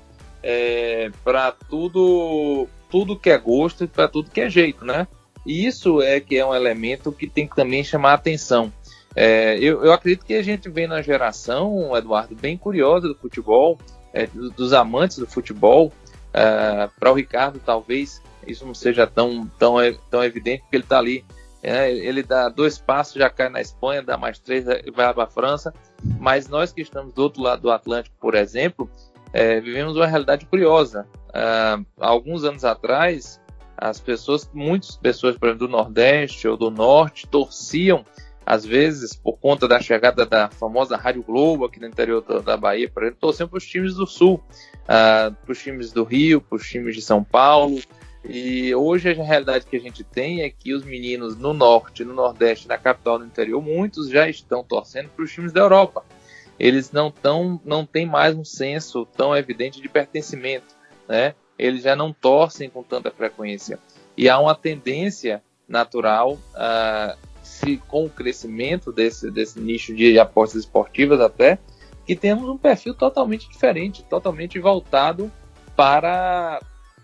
tudo que é gosto e para tudo que é jeito, né? E isso que é um elemento que tem que também chamar a atenção. Eu acredito que a gente vem numa geração, Eduardo, bem curiosa do futebol, dos amantes do futebol. Para o Ricardo, talvez isso não seja tão evidente, porque ele está ali. Ele dá 2 passos, já cai na Espanha, dá mais 3, vai para a França. Mas nós que estamos do outro lado do Atlântico, por exemplo, vivemos uma realidade curiosa. Há alguns anos atrás, muitas pessoas, por exemplo, do Nordeste ou do Norte, torciam, às vezes, por conta da chegada da famosa Rádio Globo aqui no interior da Bahia, por exemplo, torciam para os times do Sul, para os times do Rio, para os times de São Paulo. E hoje a realidade que a gente tem é que os meninos no Norte, no Nordeste, na capital, no interior, muitos já estão torcendo para os times da Europa. Eles não têm mais um senso tão evidente de pertencimento, né? Eles já não torcem com tanta frequência. E há uma tendência natural, com o crescimento desse nicho de apostas esportivas até, que temos um perfil totalmente diferente, totalmente voltado para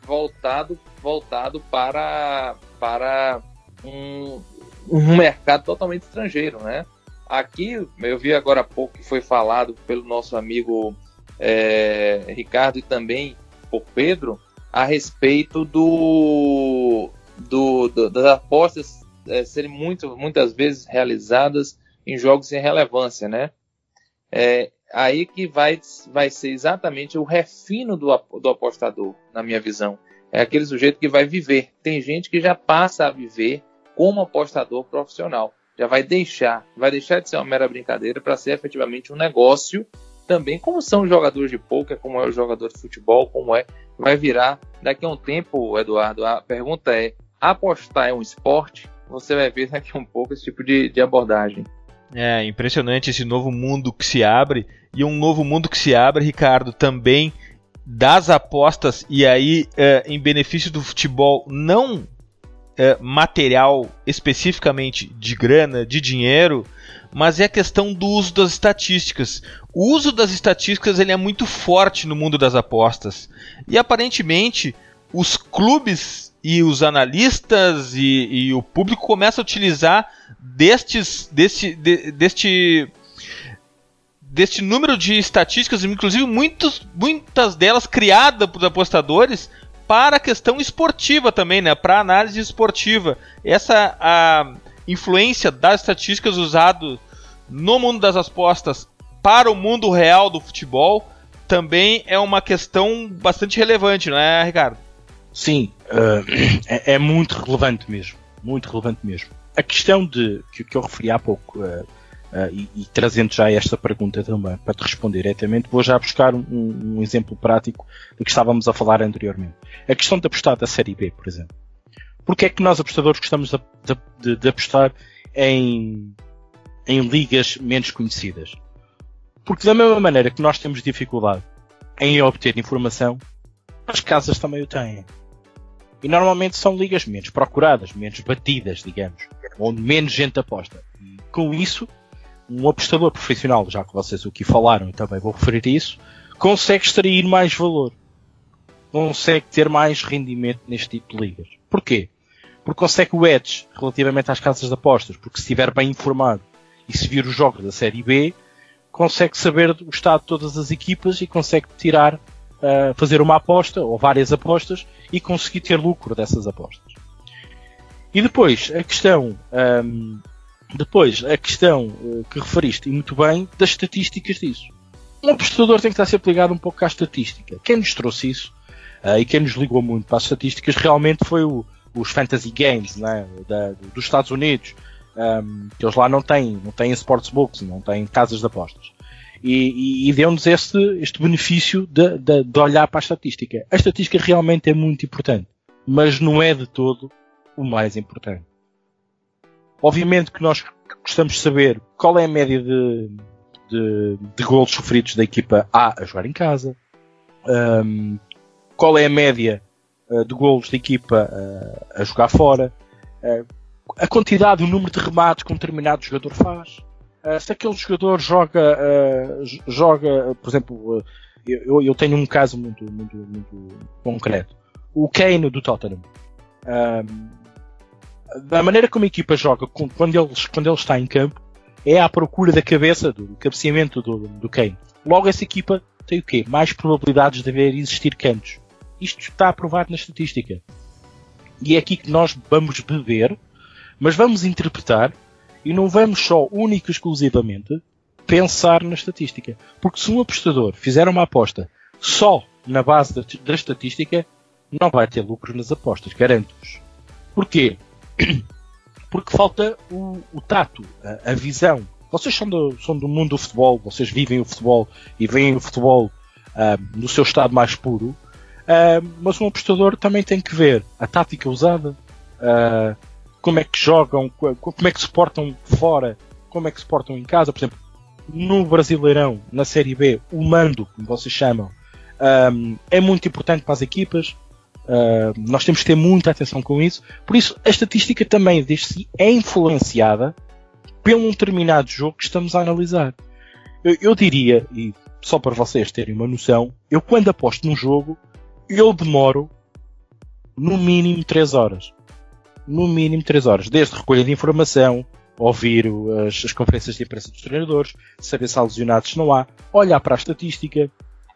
um mercado totalmente estrangeiro, né? Aqui, eu vi agora há pouco que foi falado pelo nosso amigo Ricardo e também por Pedro, a respeito das apostas serem muitas vezes realizadas em jogos sem relevância, né? Aí que vai ser exatamente o refino do apostador, na minha visão. É aquele sujeito que vai viver. Tem gente que já passa a viver como apostador profissional. Já vai deixar de ser uma mera brincadeira para ser efetivamente um negócio, também como são os jogadores de pôquer, como é o jogador de futebol, vai virar daqui a um tempo, Eduardo. A pergunta é: apostar é um esporte? Você vai ver daqui a um pouco esse tipo de abordagem. É impressionante esse novo mundo que se abre, e um novo mundo que se abre, Ricardo, também das apostas, e aí em benefício do futebol, não material especificamente de grana, de dinheiro, mas é a questão do uso das estatísticas. O uso das estatísticas ele é muito forte no mundo das apostas, e aparentemente os clubes e os analistas e o público começam a utilizar deste número de estatísticas, inclusive muitas delas criadas por apostadores, para a questão esportiva também, né? Para a análise esportiva. A influência das estatísticas usadas no mundo das apostas para o mundo real do futebol também é uma questão bastante relevante, não é, Ricardo? Sim, é muito relevante mesmo. Muito relevante mesmo. A questão que eu referi há pouco, e trazendo já esta pergunta também, para te responder diretamente, vou já buscar um exemplo prático do que estávamos a falar anteriormente. A questão de apostar da Série B, por exemplo. Porque é que nós apostadores gostamos de apostar em ligas menos conhecidas? Porque da mesma maneira que nós temos dificuldade em obter informação, as casas também o têm. E normalmente são ligas menos procuradas, menos batidas, digamos, onde menos gente aposta. E com isso, um apostador profissional, já que vocês aqui falaram e também vou referir a isso, consegue extrair mais valor. Consegue ter mais rendimento neste tipo de ligas. Porquê? Porque consegue o edge relativamente às casas de apostas. Porque se estiver bem informado e se vir os jogos da Série B, consegue saber o estado de todas as equipas e consegue tirar, fazer uma aposta ou várias apostas e conseguir ter lucro dessas apostas. E depois a questão que referiste, e muito bem, das estatísticas disso. Um apostador tem que estar sempre ligado um pouco à estatística. Quem nos trouxe isso e quem nos ligou muito para as estatísticas realmente foi os Fantasy Games, né, dos Estados Unidos, que eles lá não têm sportsbooks, não têm casas de apostas. E deu-nos este benefício de olhar para a estatística. A estatística realmente é muito importante, mas não é de todo o mais importante. Obviamente que nós gostamos de saber qual é a média de golos sofridos da equipa A jogar em casa, qual é a média de golos da equipa a jogar fora, a quantidade, o número de remates que um determinado jogador faz, se aquele jogador joga, por exemplo, eu tenho um caso muito concreto, o Kane do Tottenham. Da maneira como a equipa joga quando ele está em campo é à procura da cabeça, do cabeceamento do Kane. Logo essa equipa tem o quê? Mais probabilidades de existir cantos. Isto está aprovado na estatística. E é aqui que nós vamos beber, mas vamos interpretar e não vamos só, única e exclusivamente, pensar na estatística. Porque se um apostador fizer uma aposta só na base da estatística, não vai ter lucro nas apostas, garanto-vos. Porquê? Porque falta o tato, a visão. Vocês são do mundo do futebol, vocês vivem o futebol e veem o futebol no seu estado mais puro, mas um apostador também tem que ver a tática usada, como é que jogam, como é que se portam fora, como é que se portam em casa. Por exemplo, no Brasileirão, na Série B, o mando, como vocês chamam, é muito importante para as equipas. Nós temos que ter muita atenção com isso. Por isso, a estatística também é influenciada pelo um determinado jogo que estamos a analisar. Eu diria, e só para vocês terem uma noção, eu quando aposto num jogo, eu demoro no mínimo 3 horas. No mínimo 3 horas. Desde recolha de informação, ouvir as conferências de imprensa dos treinadores, saber se há lesionados, se não há, olhar para a estatística,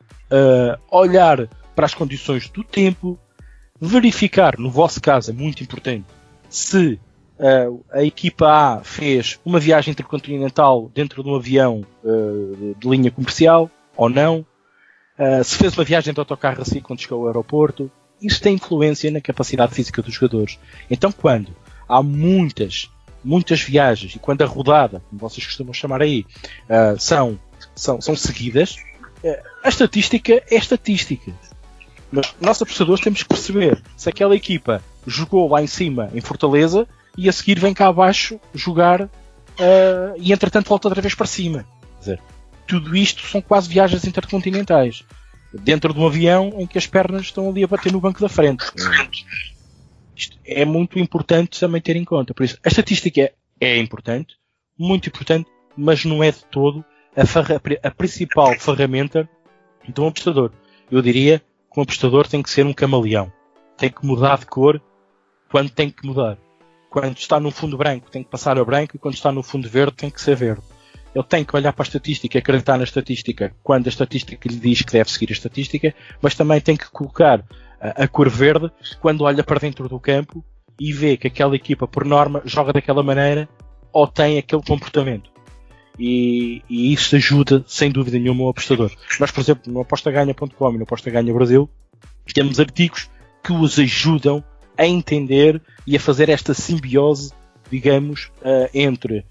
olhar para as condições do tempo, verificar, no vosso caso é muito importante, se a equipa A fez uma viagem intercontinental dentro de um avião de linha comercial ou não, se fez uma viagem de autocarro assim quando chegou ao aeroporto. Isso tem influência na capacidade física dos jogadores. Então, quando há muitas viagens e quando a rodada, como vocês costumam chamar aí, são seguidas, a estatística é estatística. Mas nós apostadores temos que perceber se aquela equipa jogou lá em cima em Fortaleza e a seguir vem cá abaixo jogar e entretanto volta outra vez para cima. Quer dizer, tudo isto são quase viagens intercontinentais. Dentro de um avião em que as pernas estão ali a bater no banco da frente. Isto é muito importante também ter em conta. Por isso, a estatística é importante, muito importante, mas não é de todo a principal ferramenta de um apostador. Eu diria que um apostador tem que ser um camaleão. Tem que mudar de cor quando tem que mudar. Quando está no fundo branco tem que passar a branco e quando está no fundo verde tem que ser verde. Ele tem que olhar para a estatística, acreditar na estatística quando a estatística lhe diz que deve seguir a estatística, mas também tem que colocar a cor verde quando olha para dentro do campo e vê que aquela equipa, por norma, joga daquela maneira ou tem aquele comportamento. E isso ajuda, sem dúvida nenhuma, o apostador. Nós, por exemplo, no apostaganha.com e no Aposta Ganha Brasil, temos artigos que os ajudam a entender e a fazer esta simbiose, digamos, entre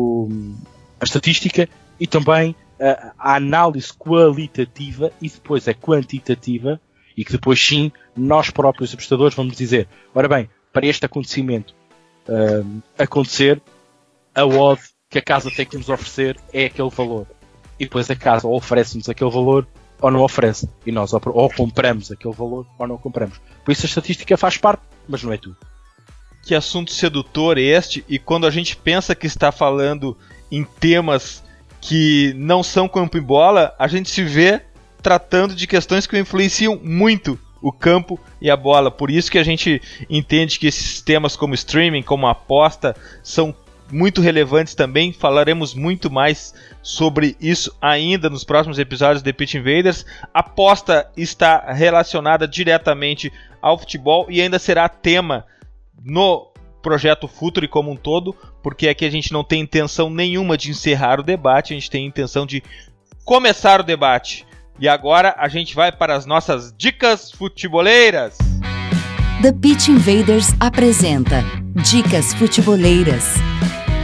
a estatística e também a análise qualitativa e depois a quantitativa, e que depois sim, nós próprios apostadores vamos dizer, ora bem, para este acontecimento acontecer, a odd que a casa tem que nos oferecer é aquele valor. E depois a casa ou oferece-nos aquele valor ou não oferece. E nós ou compramos aquele valor ou não compramos. Por isso a estatística faz parte, mas não é tudo. Que assunto sedutor este, e quando a gente pensa que está falando em temas que não são campo e bola, a gente se vê tratando de questões que influenciam muito o campo e a bola. Por isso que a gente entende que esses temas como streaming, como aposta, são muito relevantes também. Falaremos muito mais sobre isso ainda nos próximos episódios de Pitch Invaders. A aposta está relacionada diretamente ao futebol e ainda será tema no projeto Futuri como um todo, porque aqui a gente não tem intenção nenhuma de encerrar o debate, a gente tem intenção de começar o debate. E agora a gente vai para as nossas dicas futeboleiras. The Pitch Invaders apresenta Dicas Futeboleiras.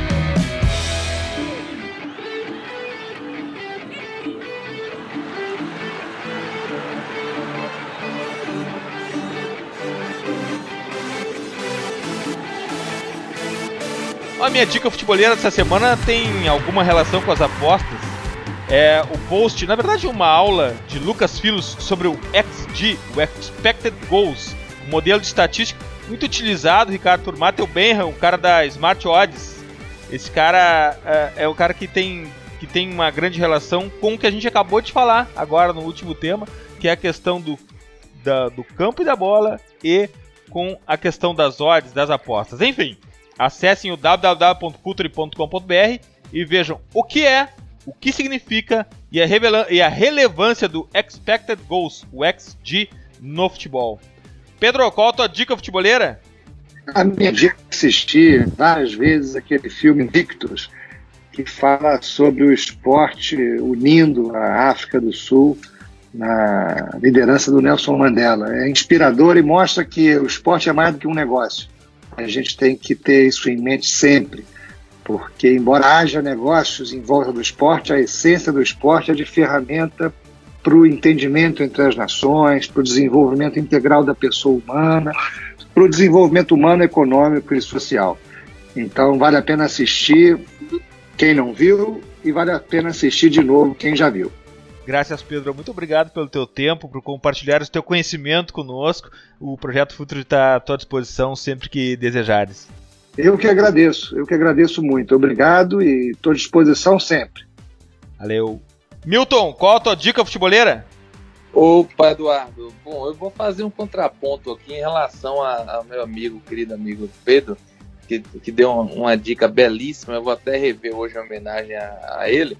a minha dica futeboleira dessa semana tem alguma relação com as apostas. É o post, na verdade uma aula de Lucas Filos sobre o XG, o Expected Goals, um modelo de estatística muito utilizado, Ricardo, por Matthew Benham, o cara da Smart Odds. Esse cara é o cara que tem uma grande relação com o que a gente acabou de falar agora no último tema, que é a questão do campo e da bola e com a questão das odds, das apostas. Enfim, acessem o www.futuri.com.br e vejam o que é, o que significa e a relevância do Expected Goals, o XG, no futebol. Pedro, qual a tua dica futeboleira? A minha dica é assistir várias vezes aquele filme Invictus, que fala sobre o esporte unindo a África do Sul na liderança do Nelson Mandela. É inspirador e mostra que o esporte é mais do que um negócio. A gente tem que ter isso em mente sempre, porque embora haja negócios em volta do esporte, a essência do esporte é de ferramenta para o entendimento entre as nações, para o desenvolvimento integral da pessoa humana, para o desenvolvimento humano, econômico e social. Então vale a pena assistir quem não viu e vale a pena assistir de novo quem já viu. Graças, Pedro. Muito obrigado pelo teu tempo, por compartilhar o teu conhecimento conosco. O Projeto Futuri está à tua disposição sempre que desejares. Eu que agradeço muito. Obrigado e estou à disposição sempre. Valeu. Milton, qual a tua dica futeboleira? Opa, Eduardo. Bom, eu vou fazer um contraponto aqui em relação ao meu querido amigo Pedro, que deu uma dica belíssima. Eu vou até rever hoje em homenagem a ele.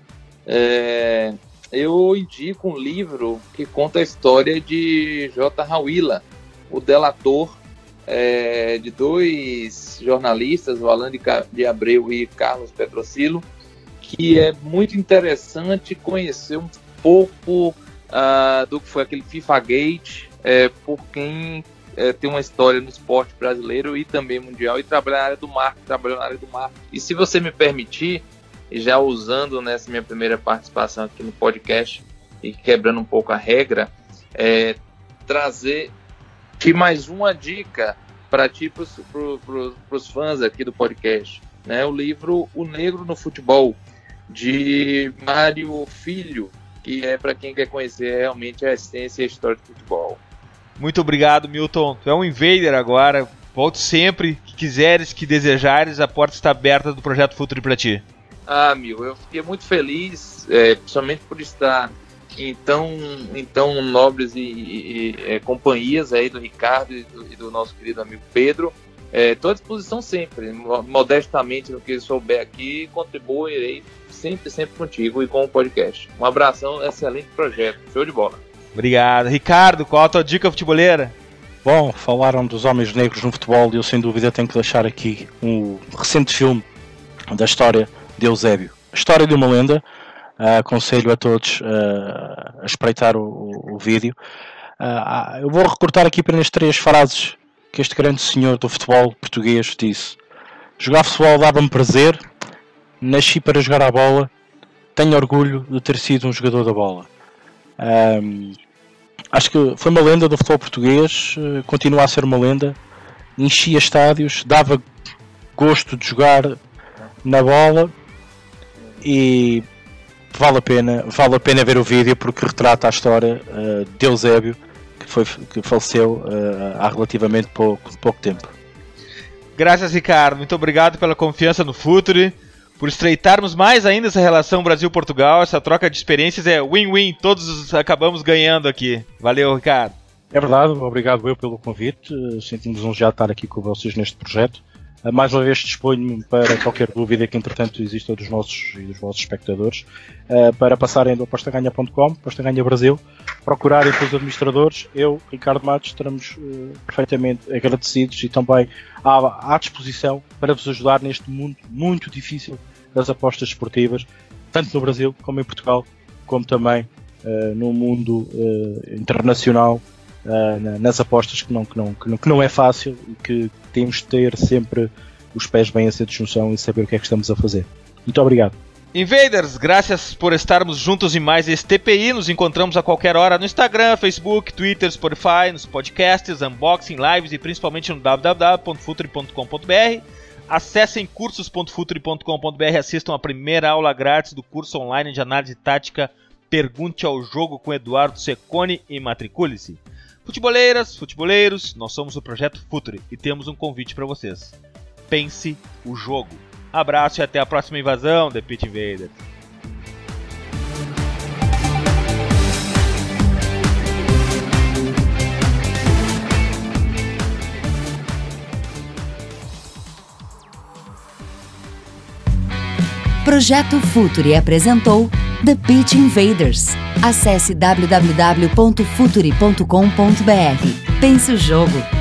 Eu indico um livro que conta a história de J. Hawila, o delator de dois jornalistas, o Alain de Abreu e Carlos Petrocilo, que é muito interessante conhecer um pouco do que foi aquele FIFA Gate, por quem tem uma história no esporte brasileiro e também mundial e trabalhou na área do marketing. E se você me permitir, e já usando nessa minha primeira participação aqui no podcast e quebrando um pouco a regra, trazer aqui mais uma dica para ti, para os fãs aqui do podcast, né? O livro O Negro no Futebol, de Mário Filho, que para quem quer conhecer realmente a essência e a história do futebol. Muito obrigado, Milton. Tu é um invader agora. Volte sempre que quiseres, que desejares. A porta está aberta do Projeto Futuri para ti. Eu fiquei muito feliz, principalmente por estar em tão nobres companhias aí do Ricardo e do nosso querido amigo Pedro. Estou à disposição sempre, modestamente, no que souber aqui, contribuirei sempre contigo e com o podcast. Um abração, excelente projeto, show de bola. Obrigado. Ricardo, qual a tua dica futeboleira? Bom, falaram dos homens negros no futebol e eu sem dúvida tenho que deixar aqui um recente filme da história de Eusébio. A história de uma lenda. Aconselho a todos a espreitar o vídeo. Eu vou recortar aqui apenas 3 frases que este grande senhor do futebol português disse. Jogar futebol dava-me prazer, nasci para jogar a bola, tenho orgulho de ter sido um jogador da bola. Acho que foi uma lenda do futebol português, continua a ser uma lenda, enchia estádios, dava gosto de jogar na bola e vale a pena ver o vídeo porque retrata a história de Eusébio, que faleceu há relativamente pouco tempo. Graças, Ricardo. Muito obrigado pela confiança no Futuri, por estreitarmos mais ainda essa relação Brasil-Portugal. Essa troca de experiências é win-win, todos acabamos ganhando aqui. Valeu, Ricardo. É verdade, obrigado eu pelo convite. Sentimos lisonjeado estar aqui com vocês neste projeto. Mais uma vez disponho-me para qualquer dúvida que entretanto exista dos nossos espectadores, para passarem do apostaganha.com, Apostaganha Brasil, procurarem pelos administradores. Eu, Ricardo Matos, estaremos perfeitamente agradecidos e também à disposição para vos ajudar neste mundo muito difícil das apostas esportivas, tanto no Brasil como em Portugal, como também no mundo internacional, nas apostas que não é fácil e que temos de ter sempre os pés bem aceitos no chão e saber o que é que estamos a fazer. Muito obrigado. Invaders, graças por estarmos juntos em mais esse TPI. Nos encontramos a qualquer hora no Instagram, Facebook, Twitter, Spotify, nos podcasts, unboxing, lives e principalmente no www.futuri.com.br. Acessem cursos.futuri.com.br, assistam a primeira aula grátis do curso online de análise tática Pergunte ao Jogo com Eduardo Cecconi e matricule-se. Futeboleiras, futeboleiros, nós somos o Projeto Futuri e temos um convite para vocês. Pense o jogo. Abraço e até a próxima invasão, The Pitch Invaders. Projeto Futuri apresentou The Pitch Invaders. Acesse www.futuri.com.br. Pense o jogo.